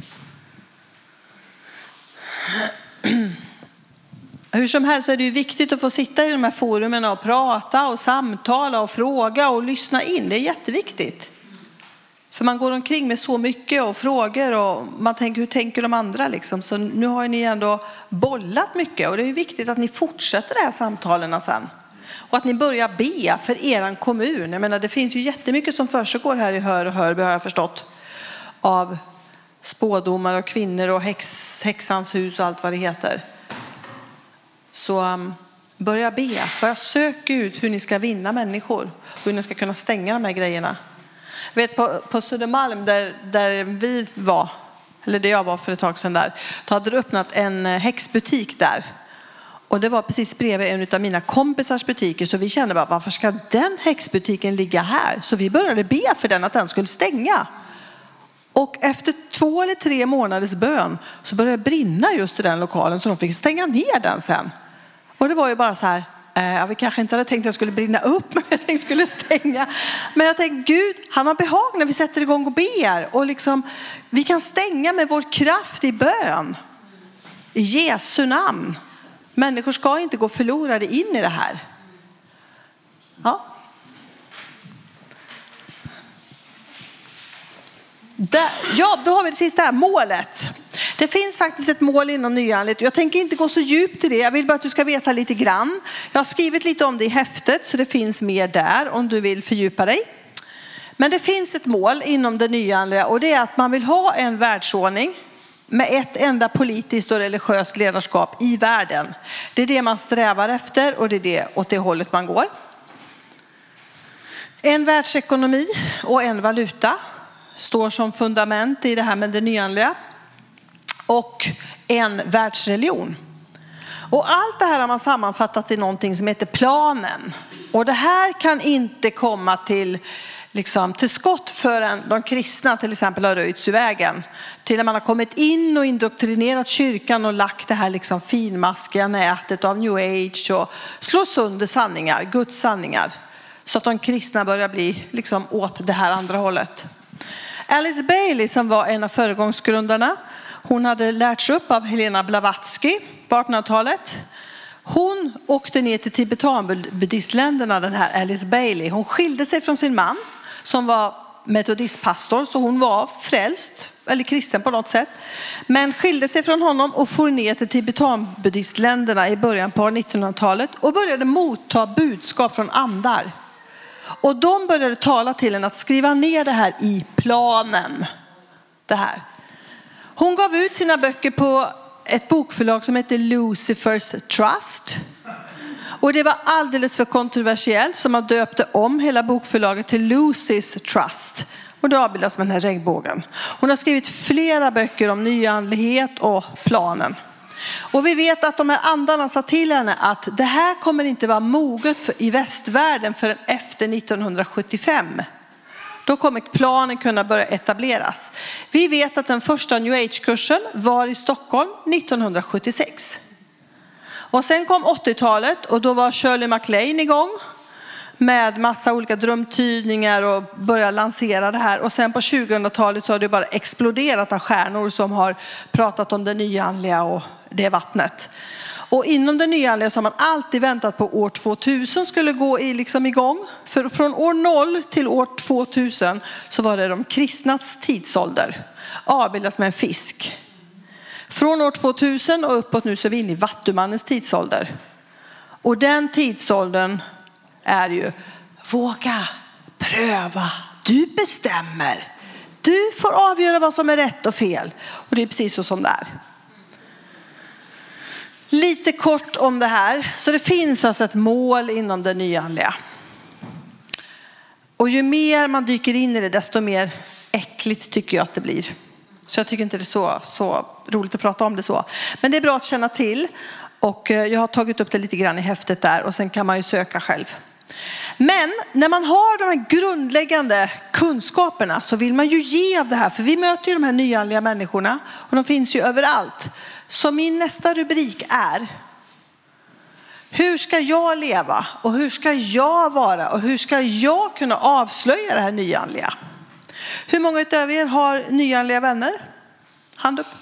Speaker 1: Hur som helst så är det ju viktigt att få sitta i de här forumen och prata och samtala och fråga och lyssna in. Det är jätteviktigt. För man går omkring med så mycket och frågor och man tänker, hur tänker de andra liksom? Så nu har ni ändå bollat mycket och det är viktigt att ni fortsätter de här samtalen sen. Och att ni börjar be för eran kommun. Jag menar, det finns ju jättemycket som försiggår här i Hör och Hörby, har jag förstått. Av spådomar och kvinnor och häx, häxans hus och allt vad det heter. Så um, börja be. Börja söka ut hur ni ska vinna människor. Hur ni ska kunna stänga de här grejerna. Jag vet på, på Södermalm där, där vi var. Eller där jag var för ett tag sedan där. Då hade det öppnat en häxbutik där. Och det var precis bredvid en av mina kompisars butiker. Så vi kände bara, varför ska den häxbutiken ligga här? Så vi började be för den att den skulle stänga. Och efter två eller tre månaders bön så började det brinna just i den lokalen. Så de fick stänga ner den sen. Och det var ju bara så här. Eh, vi kanske inte hade tänkt att jag skulle brinna upp. Men jag tänkte att jag skulle stänga. Men jag tänkte, Gud, han har behag när vi sätter igång och ber. Och liksom, vi kan stänga med vår kraft i bön. I Jesu namn. Människor ska inte gå förlorade in i det här. Ja. Där, ja, då har vi det sista här, målet. Det finns faktiskt ett mål inom Nyandligt. Jag tänker inte gå så djupt i det. Jag vill bara att du ska veta lite grann. Jag har skrivit lite om det i häftet så det finns mer där om du vill fördjupa dig. Men det finns ett mål inom det Nyandliga och det är att man vill ha en världsordning med ett enda politiskt och religiöst ledarskap i världen. Det är det man strävar efter och det är det åt det hållet man går. En världsekonomi och en valuta står som fundament i det här med det nyandliga. Och en världsreligion. Och allt det här har man sammanfattat i någonting som heter planen. Och det här kan inte komma till, liksom, till skott förrän de kristna till exempel har röjts i vägen. Till när man har kommit in och indoktrinerat kyrkan och lagt det här liksom finmaskiga nätet av new age och slår sönder sanningar, Guds sanningar. Så att de kristna börjar bli liksom åt det här andra hållet. Alice Bailey som var en av föregångsgrundarna. Hon hade lärts upp av Helena Blavatsky på artonhundratalet. Hon åkte ner till tibetan-buddhistländerna, den här Alice Bailey. Hon skilde sig från sin man som var metodistpastor. Så hon var frälst eller kristen på något sätt. Men skilde sig från honom och for ner till tibetan-buddhistländerna i början på nittonhundratalet. Och började motta budskap från andar. Och de började tala till henne att skriva ner det här i planen. Det här. Hon gav ut sina böcker på ett bokförlag som heter Lucifer's Trust. Och det var alldeles för kontroversiellt så man döpte om hela bokförlaget till Lucy's Trust. Och då avbildas med den här regnbågen. Hon har skrivit flera böcker om nyandlighet och planen. Och vi vet att de här andarna sa till henne att det här kommer inte vara moget för, i västvärlden förrän efter nittonhundrasjuttiofem. Då kommer planen kunna börja etableras. Vi vet att den första New Age-kursen var i Stockholm nittonhundrasjuttiosex. Och sen kom åttiotalet och då var Shirley MacLaine igång med massa olika drömtydningar och började lansera det här. Och sen på tjugohundratalet så har det bara exploderat av stjärnor som har pratat om det nyandliga och det vattnet. Och inom det nyandliga så har man alltid väntat på år tvåtusen skulle gå i, liksom igång. För från år noll till år tvåtusen så var det de kristnas tidsålder. Avbildas med en fisk. Från år tvåtusen och uppåt nu så är vi inne i vattumannens tidsålder. Och den tidsåldern är ju våga, pröva, du bestämmer. Du får avgöra vad som är rätt och fel. Och det är precis så som det är. Lite kort om det här. Så det finns alltså ett mål inom det nyandliga. Och ju mer man dyker in i det, desto mer äckligt tycker jag att det blir. Så jag tycker inte det är så, så roligt att prata om det så. Men det är bra att känna till. Och jag har tagit upp det lite grann i häftet där. Och sen kan man ju söka själv. Men när man har de här grundläggande kunskaperna så vill man ju ge av det här. För vi möter ju de här nyandliga människorna. Och de finns ju överallt. Så min nästa rubrik är: hur ska jag leva? Och hur ska jag vara? Och hur ska jag kunna avslöja det här nyandliga? Hur många utav er har nyandliga vänner? Hand upp.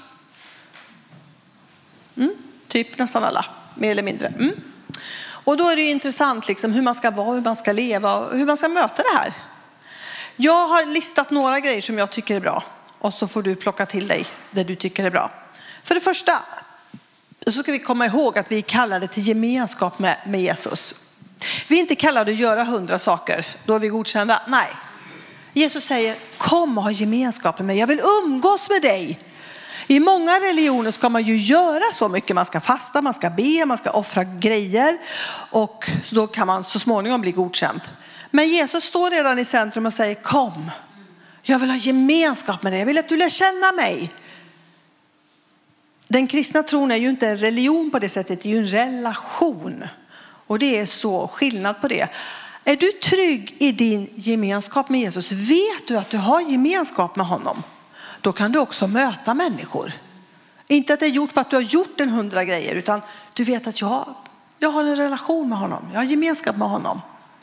Speaker 1: Mm, typ nästan alla, mer eller mindre. Mm. Och då är det ju intressant liksom, hur man ska vara, hur man ska leva och hur man ska möta det här. Jag har listat några grejer som jag tycker är bra. Och så får du plocka till dig det du tycker är bra. För det första så ska vi komma ihåg att vi är kallade till gemenskap med, med Jesus. Vi är inte kallade att göra hundra saker, då är vi godkända. Nej. Jesus säger, kom och ha gemenskap med mig. Jag vill umgås med dig. I många religioner ska man ju göra så mycket. Man ska fasta, man ska be, man ska offra grejer. Och så då kan man så småningom bli godkänd. Men Jesus står redan i centrum och säger, kom. Jag vill ha gemenskap med dig. Jag vill att du lär känna mig. Den kristna tron är ju inte en religion på det sättet. Det är ju en relation. Och det är så skillnad på det. Är du trygg i din gemenskap med Jesus? Vet du att du har gemenskap med honom? Då kan du också möta människor. Inte att det är gjort på att du har gjort en hundra grejer. Utan du vet att jag, jag har en relation med honom. Jag har gemenskap med honom.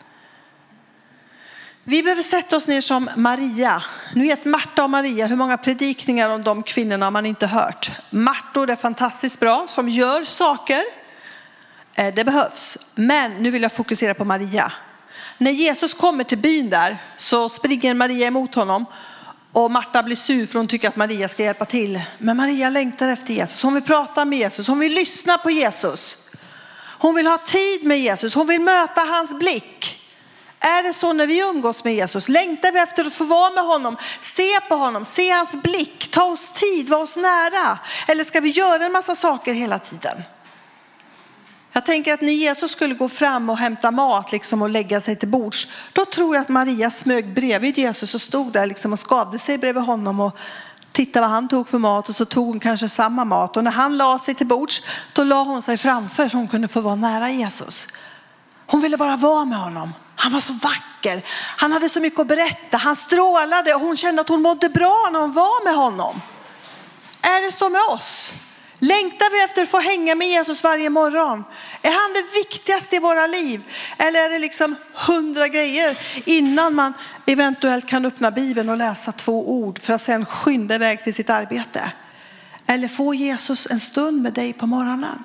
Speaker 1: Vi behöver sätta oss ner som Maria. Nu vet Marta och Maria, hur många predikningar om de kvinnorna har man inte hört. Martor är fantastiskt bra som gör saker. Det behövs. Men nu vill jag fokusera på Maria. När Jesus kommer till byn där så springer Maria emot honom. Och Marta blir sur för hon tycker att Maria ska hjälpa till. Men Maria längtar efter Jesus. Hon vill prata med Jesus. Hon vill lyssna på Jesus. Hon vill ha tid med Jesus. Hon vill möta hans blick. Är det så när vi umgås med Jesus? Längtar vi efter att få vara med honom? Se på honom, se hans blick. Ta oss tid, vara oss nära. Eller ska vi göra en massa saker hela tiden? Jag tänker att när Jesus skulle gå fram och hämta mat liksom och lägga sig till bords. Då tror jag att Maria smög bredvid Jesus och stod där liksom och skavde sig bredvid honom. Och tittade vad han tog för mat och så tog hon kanske samma mat. Och när han la sig till bords då la hon sig framför så hon kunde få vara nära Jesus. Hon ville bara vara med honom. Han var så vacker. Han hade så mycket att berätta. Han strålade och hon kände att hon mådde bra när hon var med honom. Är det så med oss? Längtar vi efter att få hänga med Jesus varje morgon? Är han det viktigaste i våra liv? Eller är det liksom hundra grejer innan man eventuellt kan öppna Bibeln och läsa två ord för att sedan skynda iväg till sitt arbete? Eller få Jesus en stund med dig på morgonen?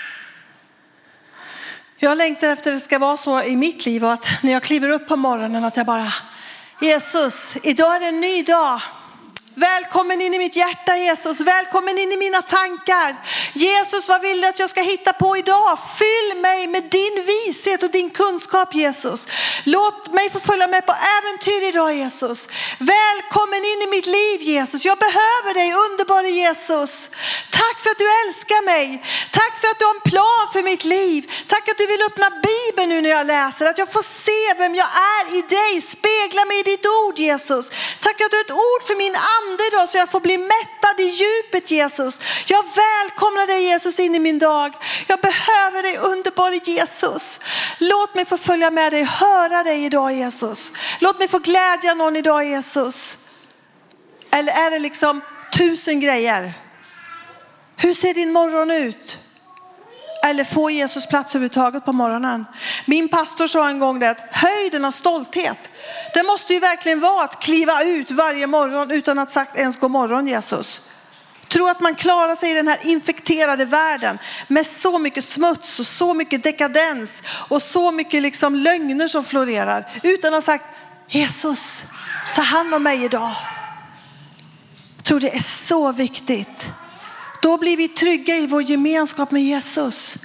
Speaker 1: Jag längtar efter att det ska vara så i mitt liv och att när jag kliver upp på morgonen att jag bara, Jesus, idag är det en ny dag. Välkommen in i mitt hjärta Jesus, välkommen in i mina tankar. Jesus, vad vill du att jag ska hitta på idag? Fyll mig med din vishet och din kunskap Jesus. Låt mig få följa med på äventyr idag Jesus. Välkommen in i mitt liv Jesus, jag behöver dig underbara Jesus. Tack för att du älskar mig, tack för att du har en plan för mitt liv. Tack att du vill öppna Bibeln nu när jag läser, att jag får se vem jag är i dig. Spegla mig i ditt ord Jesus. Tack att du har ett ord för min ande idag så jag får bli mättad i djupet Jesus. Jag välkomnar dig Jesus in i min dag. Jag behöver dig underbara Jesus. Låt mig få följa med dig, höra dig idag Jesus. Låt mig få glädja någon idag Jesus. Eller är det liksom tusen grejer? Hur ser din morgon ut? Eller får Jesus plats överhuvudtaget på morgonen? Min pastor sa en gång det att höjden av stolthet, det måste ju verkligen vara att kliva ut varje morgon utan att sagt ens god morgon Jesus. Tro att man klarar sig i den här infekterade världen med så mycket smuts och så mycket dekadens och så mycket liksom lögner som florerar utan att ha sagt Jesus, ta hand om mig idag. Jag tror det är så viktigt. Då blir vi trygga i vår gemenskap med Jesus.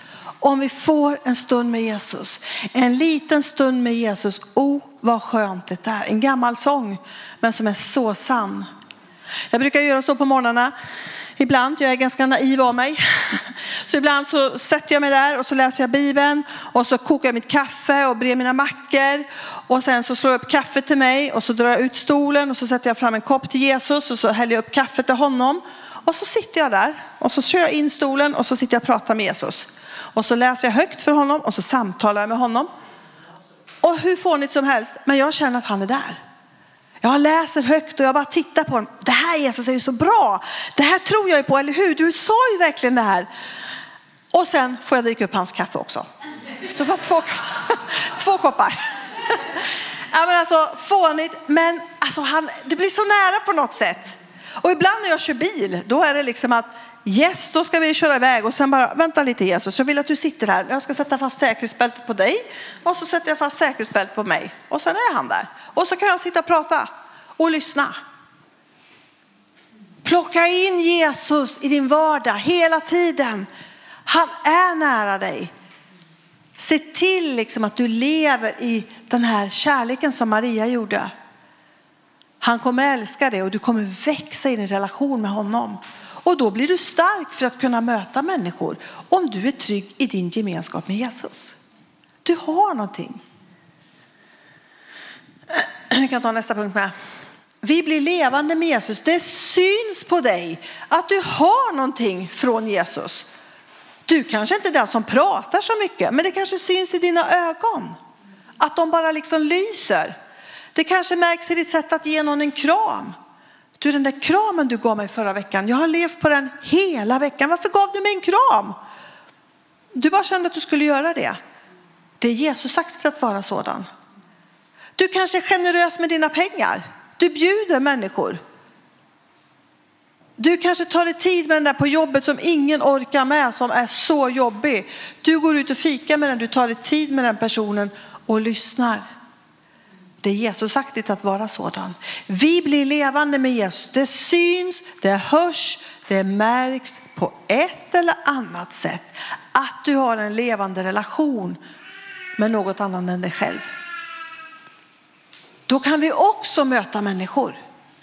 Speaker 1: Om vi får en stund med Jesus. En liten stund med Jesus. Oh, vad skönt det är. En gammal sång, men som är så sann. Jag brukar göra så på morgnarna. Ibland, jag är ganska naiv av mig. Så ibland så sätter jag mig där och så läser jag Bibeln. Och så kokar jag mitt kaffe och brer mina mackor. Och sen så slår jag upp kaffe till mig. Och så drar jag ut stolen och så sätter jag fram en kopp till Jesus. Och så häller jag upp kaffe till honom. Och så sitter jag där. Och så kör jag in stolen och så sitter jag och pratar med Jesus. Och så läser jag högt för honom och så samtalar jag med honom. Och hur fånigt som helst. Men jag känner att han är där. Jag läser högt och jag bara tittar på honom. Det här Jesus är ju så bra. Det här tror jag ju på, eller hur? Du sa ju verkligen det här. Och sen får jag dricka upp hans kaffe också. Så får jag två, två koppar. Ja, men alltså fånigt. Men alltså han, det blir så nära på något sätt. Och ibland när jag kör bil, då är det liksom att yes, då ska vi köra iväg. Och sen bara, vänta lite Jesus, jag vill att du sitter här. Jag ska sätta fast säkerhetsbältet på dig. Och så sätter jag fast säkerhetsbältet på mig. Och sen är han där. Och så kan jag sitta och prata och lyssna. Plocka in Jesus i din vardag hela tiden. Han är nära dig. Se till liksom att du lever i den här kärleken som Maria gjorde. Han kommer älska dig och du kommer växa i din relation med honom. Och då blir du stark för att kunna möta människor. Om du är trygg i din gemenskap med Jesus. Du har någonting. Jag kan ta nästa punkt med. Vi blir levande med Jesus. Det syns på dig att du har någonting från Jesus. Du kanske inte är den som pratar så mycket. Men det kanske syns i dina ögon. Att de bara liksom lyser. Det kanske märks i ditt sätt att ge någon en kram. Du, den där kramen du gav mig förra veckan. Jag har levt på den hela veckan. Varför gav du mig en kram? Du bara kände att du skulle göra det. Det är Jesus sagt att vara sådan. Du kanske är generös med dina pengar. Du bjuder människor. Du kanske tar dig tid med den där på jobbet som ingen orkar med, som är så jobbig. Du går ut och fikar med den. Du tar dig tid med den personen och lyssnar. Det är Jesus sagt att vara sådan. Vi blir levande med Jesus. Det syns, det hörs, det märks på ett eller annat sätt. Att du har en levande relation med något annat än dig själv. Då kan vi också möta människor.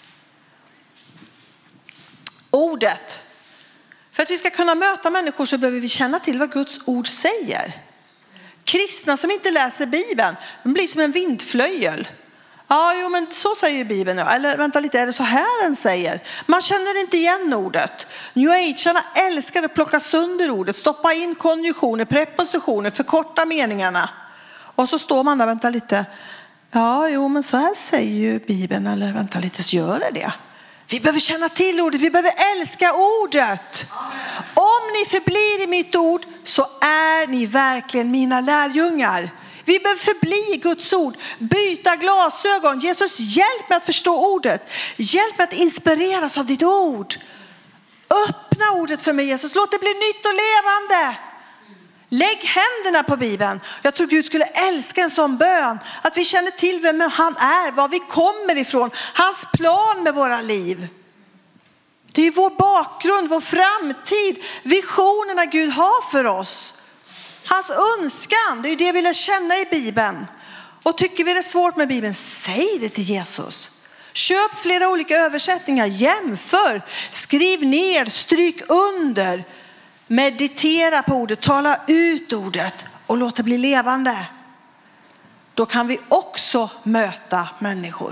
Speaker 1: Ordet. För att vi ska kunna möta människor så behöver vi känna till vad Guds ord säger. Kristna som inte läser Bibeln, de blir som en vindflöjel. Ja, jo, men så säger Bibeln. Eller vänta lite, är det så här den säger? Man känner inte igen ordet. New Agearna älskar att plocka sönder ordet, stoppa in konjunktioner, prepositioner, förkorta meningarna. Och så står man där, vänta lite. Ja, jo, men så här säger ju Bibeln. Eller vänta lite, så gör det det. Vi behöver känna till ordet. Vi behöver älska ordet. Amen. Om ni förblir i mitt ord så är ni verkligen mina lärjungar. Vi behöver förbli i Guds ord. Byta glasögon. Jesus, hjälp mig att förstå ordet. Hjälp mig att inspireras av ditt ord. Öppna ordet för mig, Jesus. Låt det bli nytt och levande. Lägg händerna på Bibeln. Jag tror Gud skulle älska en sån bön. Att vi känner till vem han är, var vi kommer ifrån. Hans plan med våra liv. Det är vår bakgrund, vår framtid. Visionerna Gud har för oss. Hans önskan, det är det vi vill känna i Bibeln. Och tycker vi det är svårt med Bibeln, säg det till Jesus. Köp flera olika översättningar, jämför, skriv ner, stryk under. Meditera på ordet, tala ut ordet och låt det bli levande. Då kan vi också möta människor.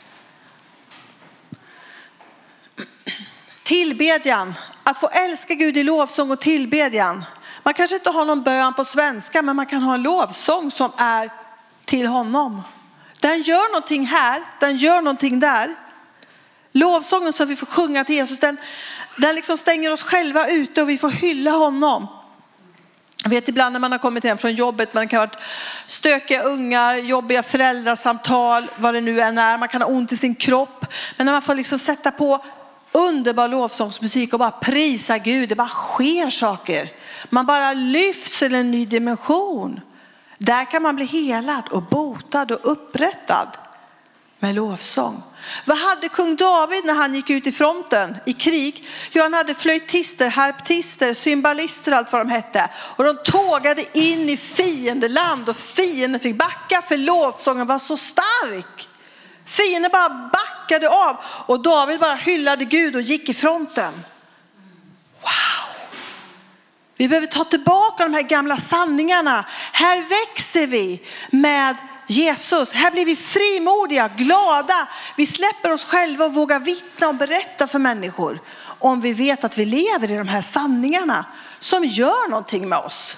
Speaker 1: Tillbedjan, att få älska Gud i lovsång och tillbedjan. Man kanske inte har någon bön på svenska, men man kan ha en lovsång som är till honom. Den gör någonting här, den gör någonting där. Lovsången som vi får sjunga till Jesus, den, den liksom stänger oss själva ute och vi får hylla honom. Jag vet ibland när man har kommit hem från jobbet, man kan ha varit stökiga ungar, jobbiga föräldrasamtal, vad det nu än är. Man kan ha ont i sin kropp. Men när man får liksom sätta på underbar lovsångsmusik och bara prisa Gud, det bara sker saker. Man bara lyfts till en ny dimension. Där kan man bli helad och botad och upprättad med lovsång. Vad hade kung David när han gick ut i fronten i krig? Jo, han hade flöjtister, harptister, cymbalister och allt vad de hette. Och de tågade in i fiendeland och fienden fick backa för lovsången var så stark. Fienden bara backade av och David bara hyllade Gud och gick i fronten. Wow! Vi behöver ta tillbaka de här gamla sanningarna. Här växer vi med Jesus. Här blir vi frimodiga, glada. Vi släpper oss själva och vågar vittna och berätta för människor. Om vi vet att vi lever i de här sanningarna som gör någonting med oss.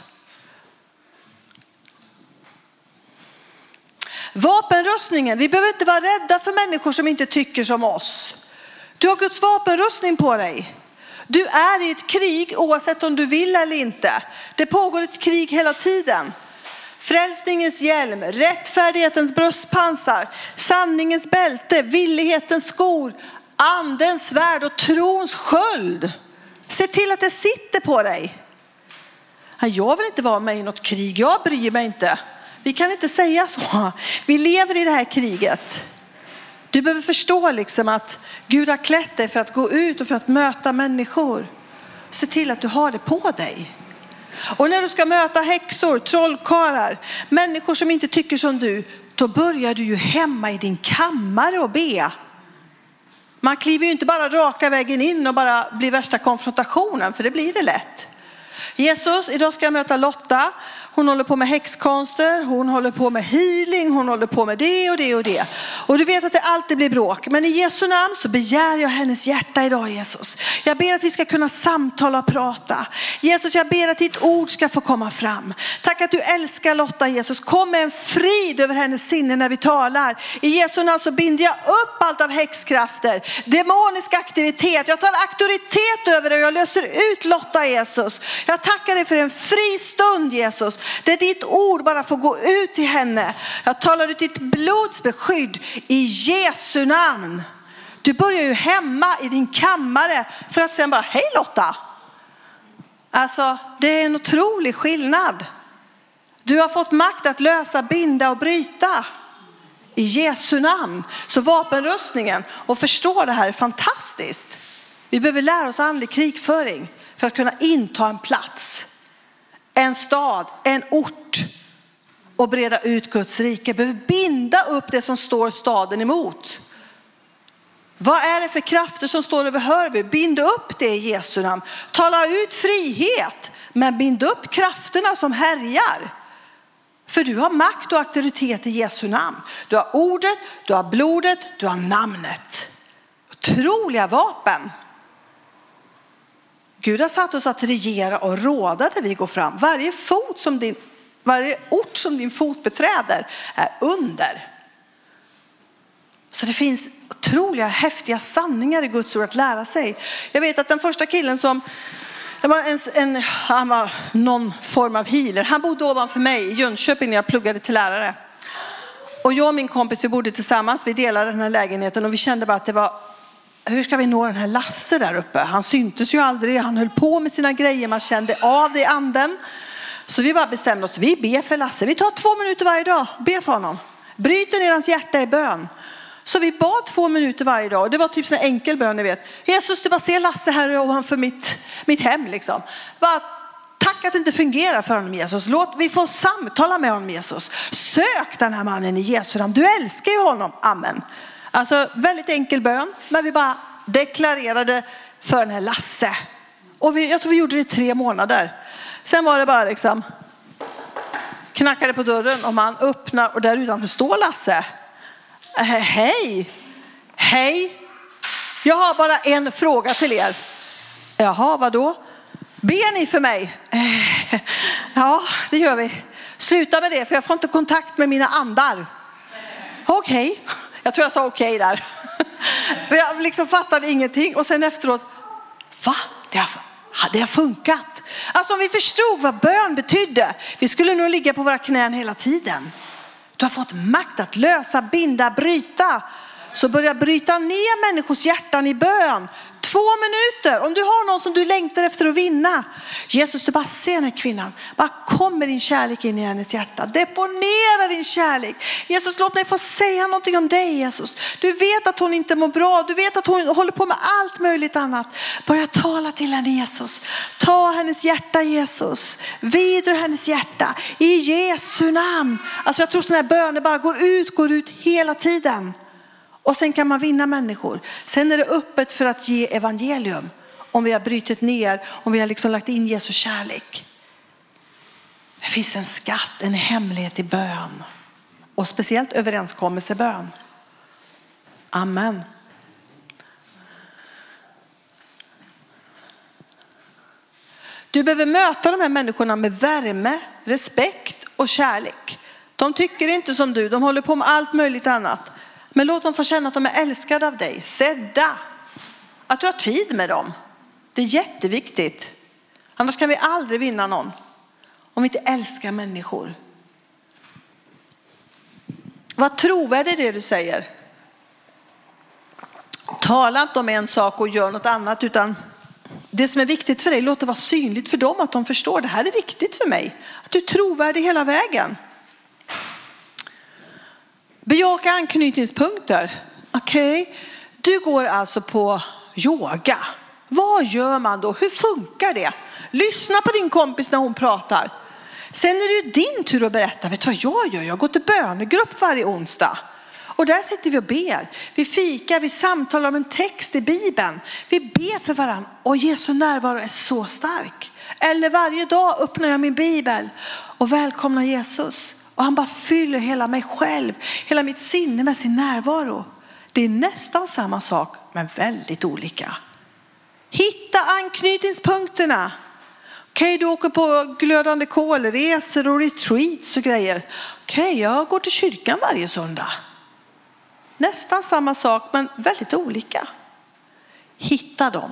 Speaker 1: Vapenrustningen. Vi behöver inte vara rädda för människor som inte tycker som oss. Du har Guds vapenrustning på dig. Du är i ett krig oavsett om du vill eller inte. Det pågår ett krig hela tiden. Frälsningens hjälm, rättfärdighetens bröstpansar, sanningens bälte, villighetens skor, andens svärd och trons sköld. Se till att det sitter på dig. Jag vill inte vara med i något krig, jag bryr mig inte. Vi kan inte säga så. Vi lever i det här kriget. Du behöver förstå liksom att Gud har klätt dig för att gå ut och för att möta människor. Se till att du har det på dig. Och när du ska möta häxor, trollkarlar, människor som inte tycker som du, då börjar du ju hemma i din kammare och be. Man kliver ju inte bara raka vägen in och bara blir värsta konfrontationen, för det blir det lätt. Jesus, idag ska jag möta Lotta. Hon håller på med häxkonster, hon håller på med healing, hon håller på med det och det och det. Och du vet att det alltid blir bråk. Men i Jesu namn så begär jag hennes hjärta idag, Jesus. Jag ber att vi ska kunna samtala och prata. Jesus, jag ber att ditt ord ska få komma fram. Tack att du älskar Lotta, Jesus. Kom med en frid över hennes sinne när vi talar. I Jesu namn så binder jag upp allt av häxkrafter, demonisk aktivitet. Jag tar auktoritet över det och jag löser ut Lotta, Jesus. Jag tackar dig för en fri stund, Jesus. Det är ditt ord bara får gå ut till henne. Jag talar ut ditt blods beskydd i Jesu namn. Du börjar ju hemma i din kammare för att sen bara, hej Lotta. Alltså det är en otrolig skillnad. Du har fått makt att lösa, binda och bryta. I Jesu namn. Så vapenrustningen och förstå det här är fantastiskt. Vi behöver lära oss andlig krigföring för att kunna inta en plats. En stad, en ort och breda ut Guds rike. Behöver binda upp det som står staden emot. Vad är det för krafter som står över Hörby? Bind upp det i Jesu namn. Tala ut frihet, men bind upp krafterna som härjar. För du har makt och auktoritet i Jesu namn. Du har ordet, du har blodet, du har namnet. Otroliga vapen. Gud har satt oss att regera och råda där vi går fram. Varje fot som din, varje ort som din fot beträder är under. Så det finns otroliga häftiga sanningar i Guds ord att lära sig. Jag vet att den första killen som det var en, en, han var någon form av healer. Han bodde ovanför mig i Jönköping när jag pluggade till lärare. Och jag och min kompis, vi bodde tillsammans. Vi delade den här lägenheten och vi kände bara att det var, hur ska vi nå den här Lasse där uppe? Han syntes ju aldrig, han höll på med sina grejer, man kände av det i anden. Så vi bara bestämde oss, vi ber för Lasse. Vi tar två minuter varje dag, ber för honom. Bryter ner hans hjärta i bön. Så vi bad två minuter varje dag. Det var typ en enkel bön, ni vet. Jesus, du bara ser Lasse här och han för mitt, mitt hem liksom. Bara tack att det inte fungerar för honom, Jesus. Låt vi få samtala med honom, Jesus. Sök den här mannen i Jesu namn. Du älskar ju honom, amen. Alltså väldigt enkel bön. Men vi bara deklarerade för den här Lasse. Och vi, jag tror vi gjorde det i tre månader. Sen var det bara liksom knackade på dörren och man öppnar och där utanför står Lasse. Äh, hej, hej. Jag har bara en fråga till er. Jaha, vadå? Ber ni för mig? Äh, ja, det gör vi. Sluta med det, för jag får inte kontakt med mina andar. Okej, okay. Jag tror jag sa okej okay där. Jag liksom fattade ingenting. Och sen efteråt, va? Det har, det har funkat. Alltså om vi förstod vad bön betydde, vi skulle nog ligga på våra knän hela tiden. Du har fått makt att lösa, binda, bryta. Så börja bryta ner människors hjärtan i bön. Två minuter. Om du har någon som du längtar efter att vinna. Jesus, du bara ser den här kvinnan. Bara kommer din kärlek in i hennes hjärta. Deponera din kärlek. Jesus, låt mig få säga någonting om dig, Jesus. Du vet att hon inte mår bra. Du vet att hon håller på med allt möjligt annat. Börja tala till henne, Jesus. Ta hennes hjärta, Jesus. Vidre hennes hjärta. I Jesu namn. Alltså jag tror sådana här böner bara går ut, går ut hela tiden. Och sen kan man vinna människor. Sen är det öppet för att ge evangelium. Om vi har brytit ner, om vi har liksom lagt in Jesu kärlek. Det finns en skatt, en hemlighet i bön. Och speciellt överenskommelsebön. Amen. Du behöver möta de här människorna med värme, respekt och kärlek. De tycker inte som du, de håller på med allt möjligt annat. Men låt dem få känna att de är älskade av dig, sedda. Att du har tid med dem. Det är jätteviktigt. Annars kan vi aldrig vinna någon. Om vi inte älskar människor. Vad trovärdigt är det du säger? Tala inte om en sak och gör något annat, utan det som är viktigt för dig, låt det vara synligt för dem att de förstår. Det här är viktigt för mig. Att du är trovärdig hela vägen. Bejaka anknytningspunkter. Okej, okay. Du går alltså på yoga. Vad gör man då? Hur funkar det? Lyssna på din kompis när hon pratar. Sen är det din tur att berätta. Vet du vad jag gör? Jag går till bönegrupp varje onsdag. Och där sitter vi och ber. Vi fikar, vi samtalar om en text i Bibeln. Vi ber för varandra. Och Jesu närvaro är så stark. Eller varje dag öppnar jag min Bibel och välkomnar Jesus. Och han bara fyller hela mig själv, hela mitt sinne med sin närvaro. Det är nästan samma sak, men väldigt olika. Hitta anknytningspunkterna. Okej, okay, du åker på glödande kolresor och retreats och grejer. Okej, okay, jag går till kyrkan varje söndag. Nästan samma sak, men väldigt olika. Hitta dem.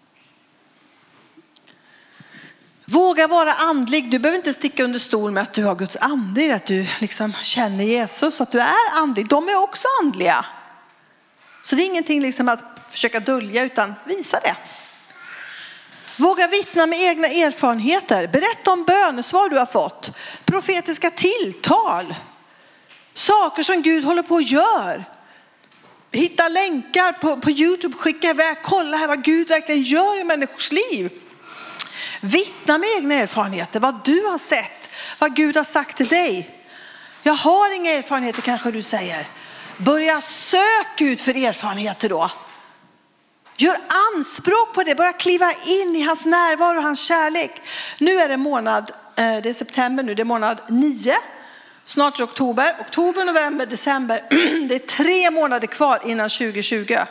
Speaker 1: Våga vara andlig. Du behöver inte sticka under stol med att du har Guds ande, att du liksom känner Jesus, att du är andlig. De är också andliga. Så det är ingenting liksom att försöka dölja, utan visa det. Våga vittna med egna erfarenheter. Berätta om bönesvar du har fått. Profetiska tilltal. Saker som Gud håller på att göra. Hitta länkar på, på YouTube. Skicka iväg. Kolla här vad Gud verkligen gör i människors liv. Vittna med egna erfarenheter. Vad du har sett. Vad Gud har sagt till dig. Jag har inga erfarenheter, kanske du säger. Börja söka Gud för erfarenheter då. Gör anspråk på det. Börja kliva in i hans närvaro och hans kärlek. Nu är det månad, det är september nu, det är månad nio. Snart är oktober. Oktober, november, december. Det är tre månader kvar innan tjugo tjugo.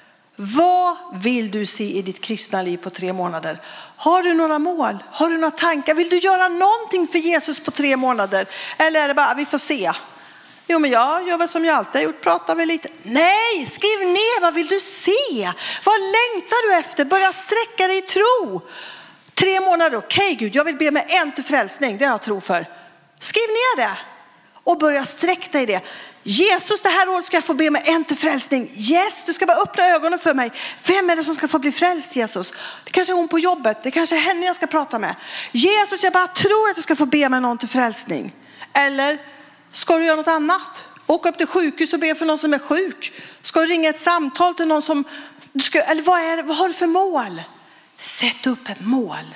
Speaker 1: Vad vill du se i ditt kristna liv på tre månader? Har du några mål? Har du några tankar? Vill du göra någonting för Jesus på tre månader? Eller är det bara, vi får se. Jo, men jag gör väl som jag alltid har gjort, pratar väl lite. Nej, skriv ner, vad vill du se? Vad längtar du efter? Börja sträcka dig i tro. Tre månader, okej okay, Gud, jag vill be med en till frälsning, det har jag tro för. Skriv ner det och börja sträcka dig i det. Jesus, det här året ska jag få be med en till frälsning. Yes, du ska bara öppna ögonen för mig. Vem är det som ska få bli frälst, Jesus? Det kanske är hon på jobbet, det kanske är henne jag ska prata med. Jesus, jag bara tror att du ska få be med någon till frälsning. Eller ska du göra något annat? Åka upp till sjukhus och be för någon som är sjuk. Ska du ringa ett samtal till någon som du ska, eller vad är det, vad har du för mål? Sätt upp ett mål.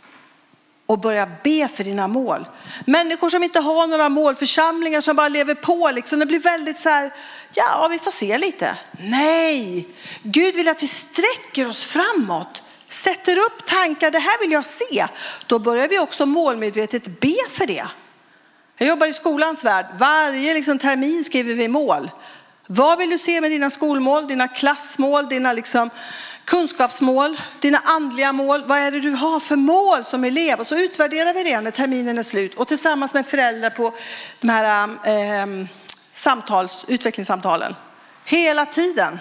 Speaker 1: Och börja be för dina mål. Människor som inte har några mål, församlingar som bara lever på liksom, det blir väldigt så här, ja, vi får se lite. Nej, Gud vill att vi sträcker oss framåt. Sätter upp tankar, det här vill jag se. Då börjar vi också målmedvetet be för det. Jag jobbar i skolans värld. Varje liksom termin skriver vi mål. Vad vill du se med dina skolmål, dina klassmål, dina liksom kunskapsmål, dina andliga mål? Vad är det du har för mål som elev? Och så utvärderar vi det när terminen är slut. Och tillsammans med föräldrar på de här eh, samtals, utvecklingssamtalen. Hela tiden.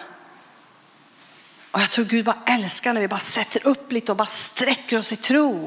Speaker 1: Och jag tror Gud bara älskar när vi bara sätter upp lite och bara sträcker oss i tro.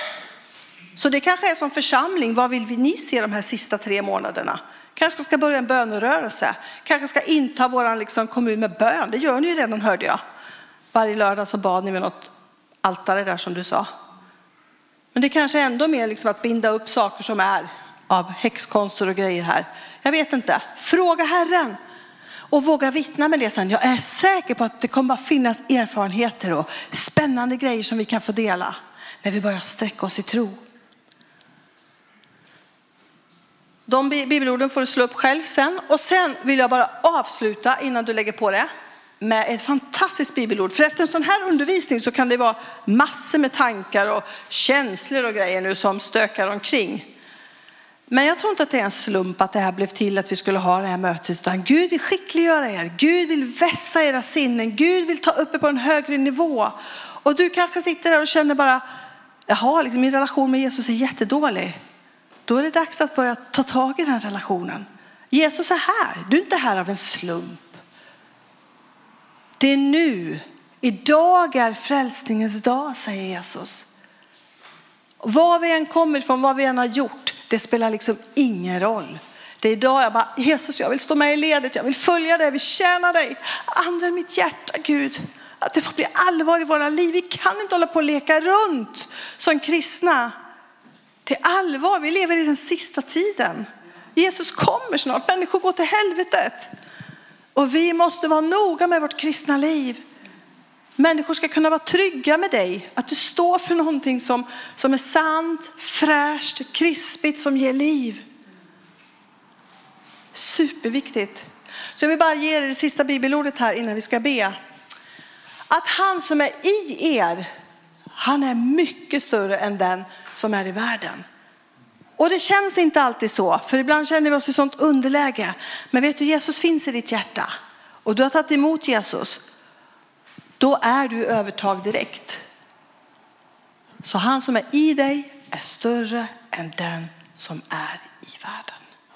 Speaker 1: Så det kanske är som församling. Vad vill vi ni se de här sista tre månaderna? Kanske ska börja en bönerörelse. Kanske ska inta våran liksom kommun med bön. Det gör ni ju redan, hörde jag. Varje lördag så bad ni med något altare där som du sa. Men det kanske är ändå mer liksom att binda upp saker som är av häxkonster och grejer här. Jag vet inte. Fråga Herren. Och våga vittna med det sen. Jag är säker på att det kommer att finnas erfarenheter och spännande grejer som vi kan få dela. När vi börjar sträcka oss i tro. De bibelorden får du slå upp själv sen. Och sen vill jag bara avsluta innan du lägger på det. Med ett fantastiskt bibelord. För efter en sån här undervisning så kan det vara massor med tankar och känslor och grejer nu som stökar omkring. Men jag tror inte att det är en slump att det här blev till att vi skulle ha det här mötet. Utan Gud vill skickliggöra er. Gud vill vässa era sinnen. Gud vill ta upp er på en högre nivå. Och du kanske sitter där och känner bara, jaha, liksom min relation med Jesus är jättedålig. Då är det dags att börja ta tag i den relationen. Jesus är här. Du är inte här av en slump. Det är nu. Idag är frälsningens dag, säger Jesus. Var vi än kommer ifrån, vad vi än har gjort, det spelar liksom ingen roll. Det är idag jag bara, Jesus, jag vill stå med i ledet, jag vill följa dig, jag vill tjäna dig. Använd mitt hjärta, Gud. Att det får bli allvar i våra liv. Vi kan inte hålla på och leka runt som kristna. Det är allvar, vi lever i den sista tiden. Jesus kommer snart, människor går till helvetet. Och vi måste vara noga med vårt kristna liv. Människor ska kunna vara trygga med dig. Att du står för någonting som, som är sant, fräscht, krispigt, som ger liv. Superviktigt. Så jag vill bara ge er det sista bibelordet här innan vi ska be. Att han som är i er, han är mycket större än den som är i världen. Och det känns inte alltid så. För ibland känner vi oss i sånt underläge. Men vet du, Jesus finns i ditt hjärta. Och du har tagit emot Jesus. Då är du övertag direkt. Så han som är i dig är större än den som är i världen.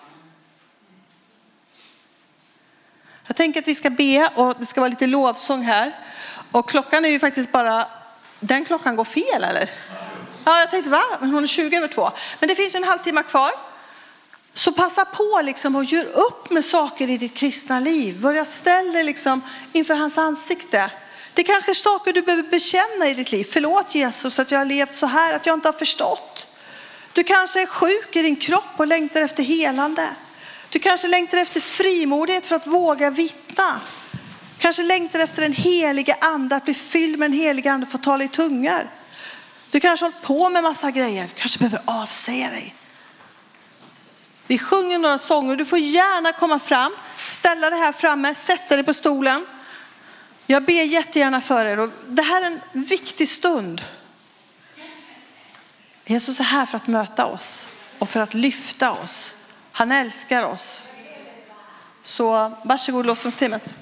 Speaker 1: Jag tänker att vi ska be och det ska vara lite lovsång här. Och klockan är ju faktiskt bara, den klockan går fel eller? Ja, jag tänkte, va? Hon är tjugo över två. Men det finns en halvtimme kvar. Så passa på liksom och gör upp med saker i ditt kristna liv. Börja ställa dig liksom inför hans ansikte. Det kanske är saker du behöver bekänna i ditt liv. Förlåt Jesus att jag har levt så här, att jag inte har förstått. Du kanske är sjuk i din kropp och längtar efter helande. Du kanske längtar efter frimodighet för att våga vittna. Kanske längtar efter en helig ande, att bli fylld med en helig ande och få tala i tungar. Du kanske har hållit på med massa grejer. Kanske behöver avsäga dig. Vi sjunger några sånger. Du får gärna komma fram. Ställa det här framme. Sätta dig på stolen. Jag ber jättegärna för er. Och det här är en viktig stund. Jesus är här för att möta oss. Och för att lyfta oss. Han älskar oss. Så varsågod lovsångsteamet.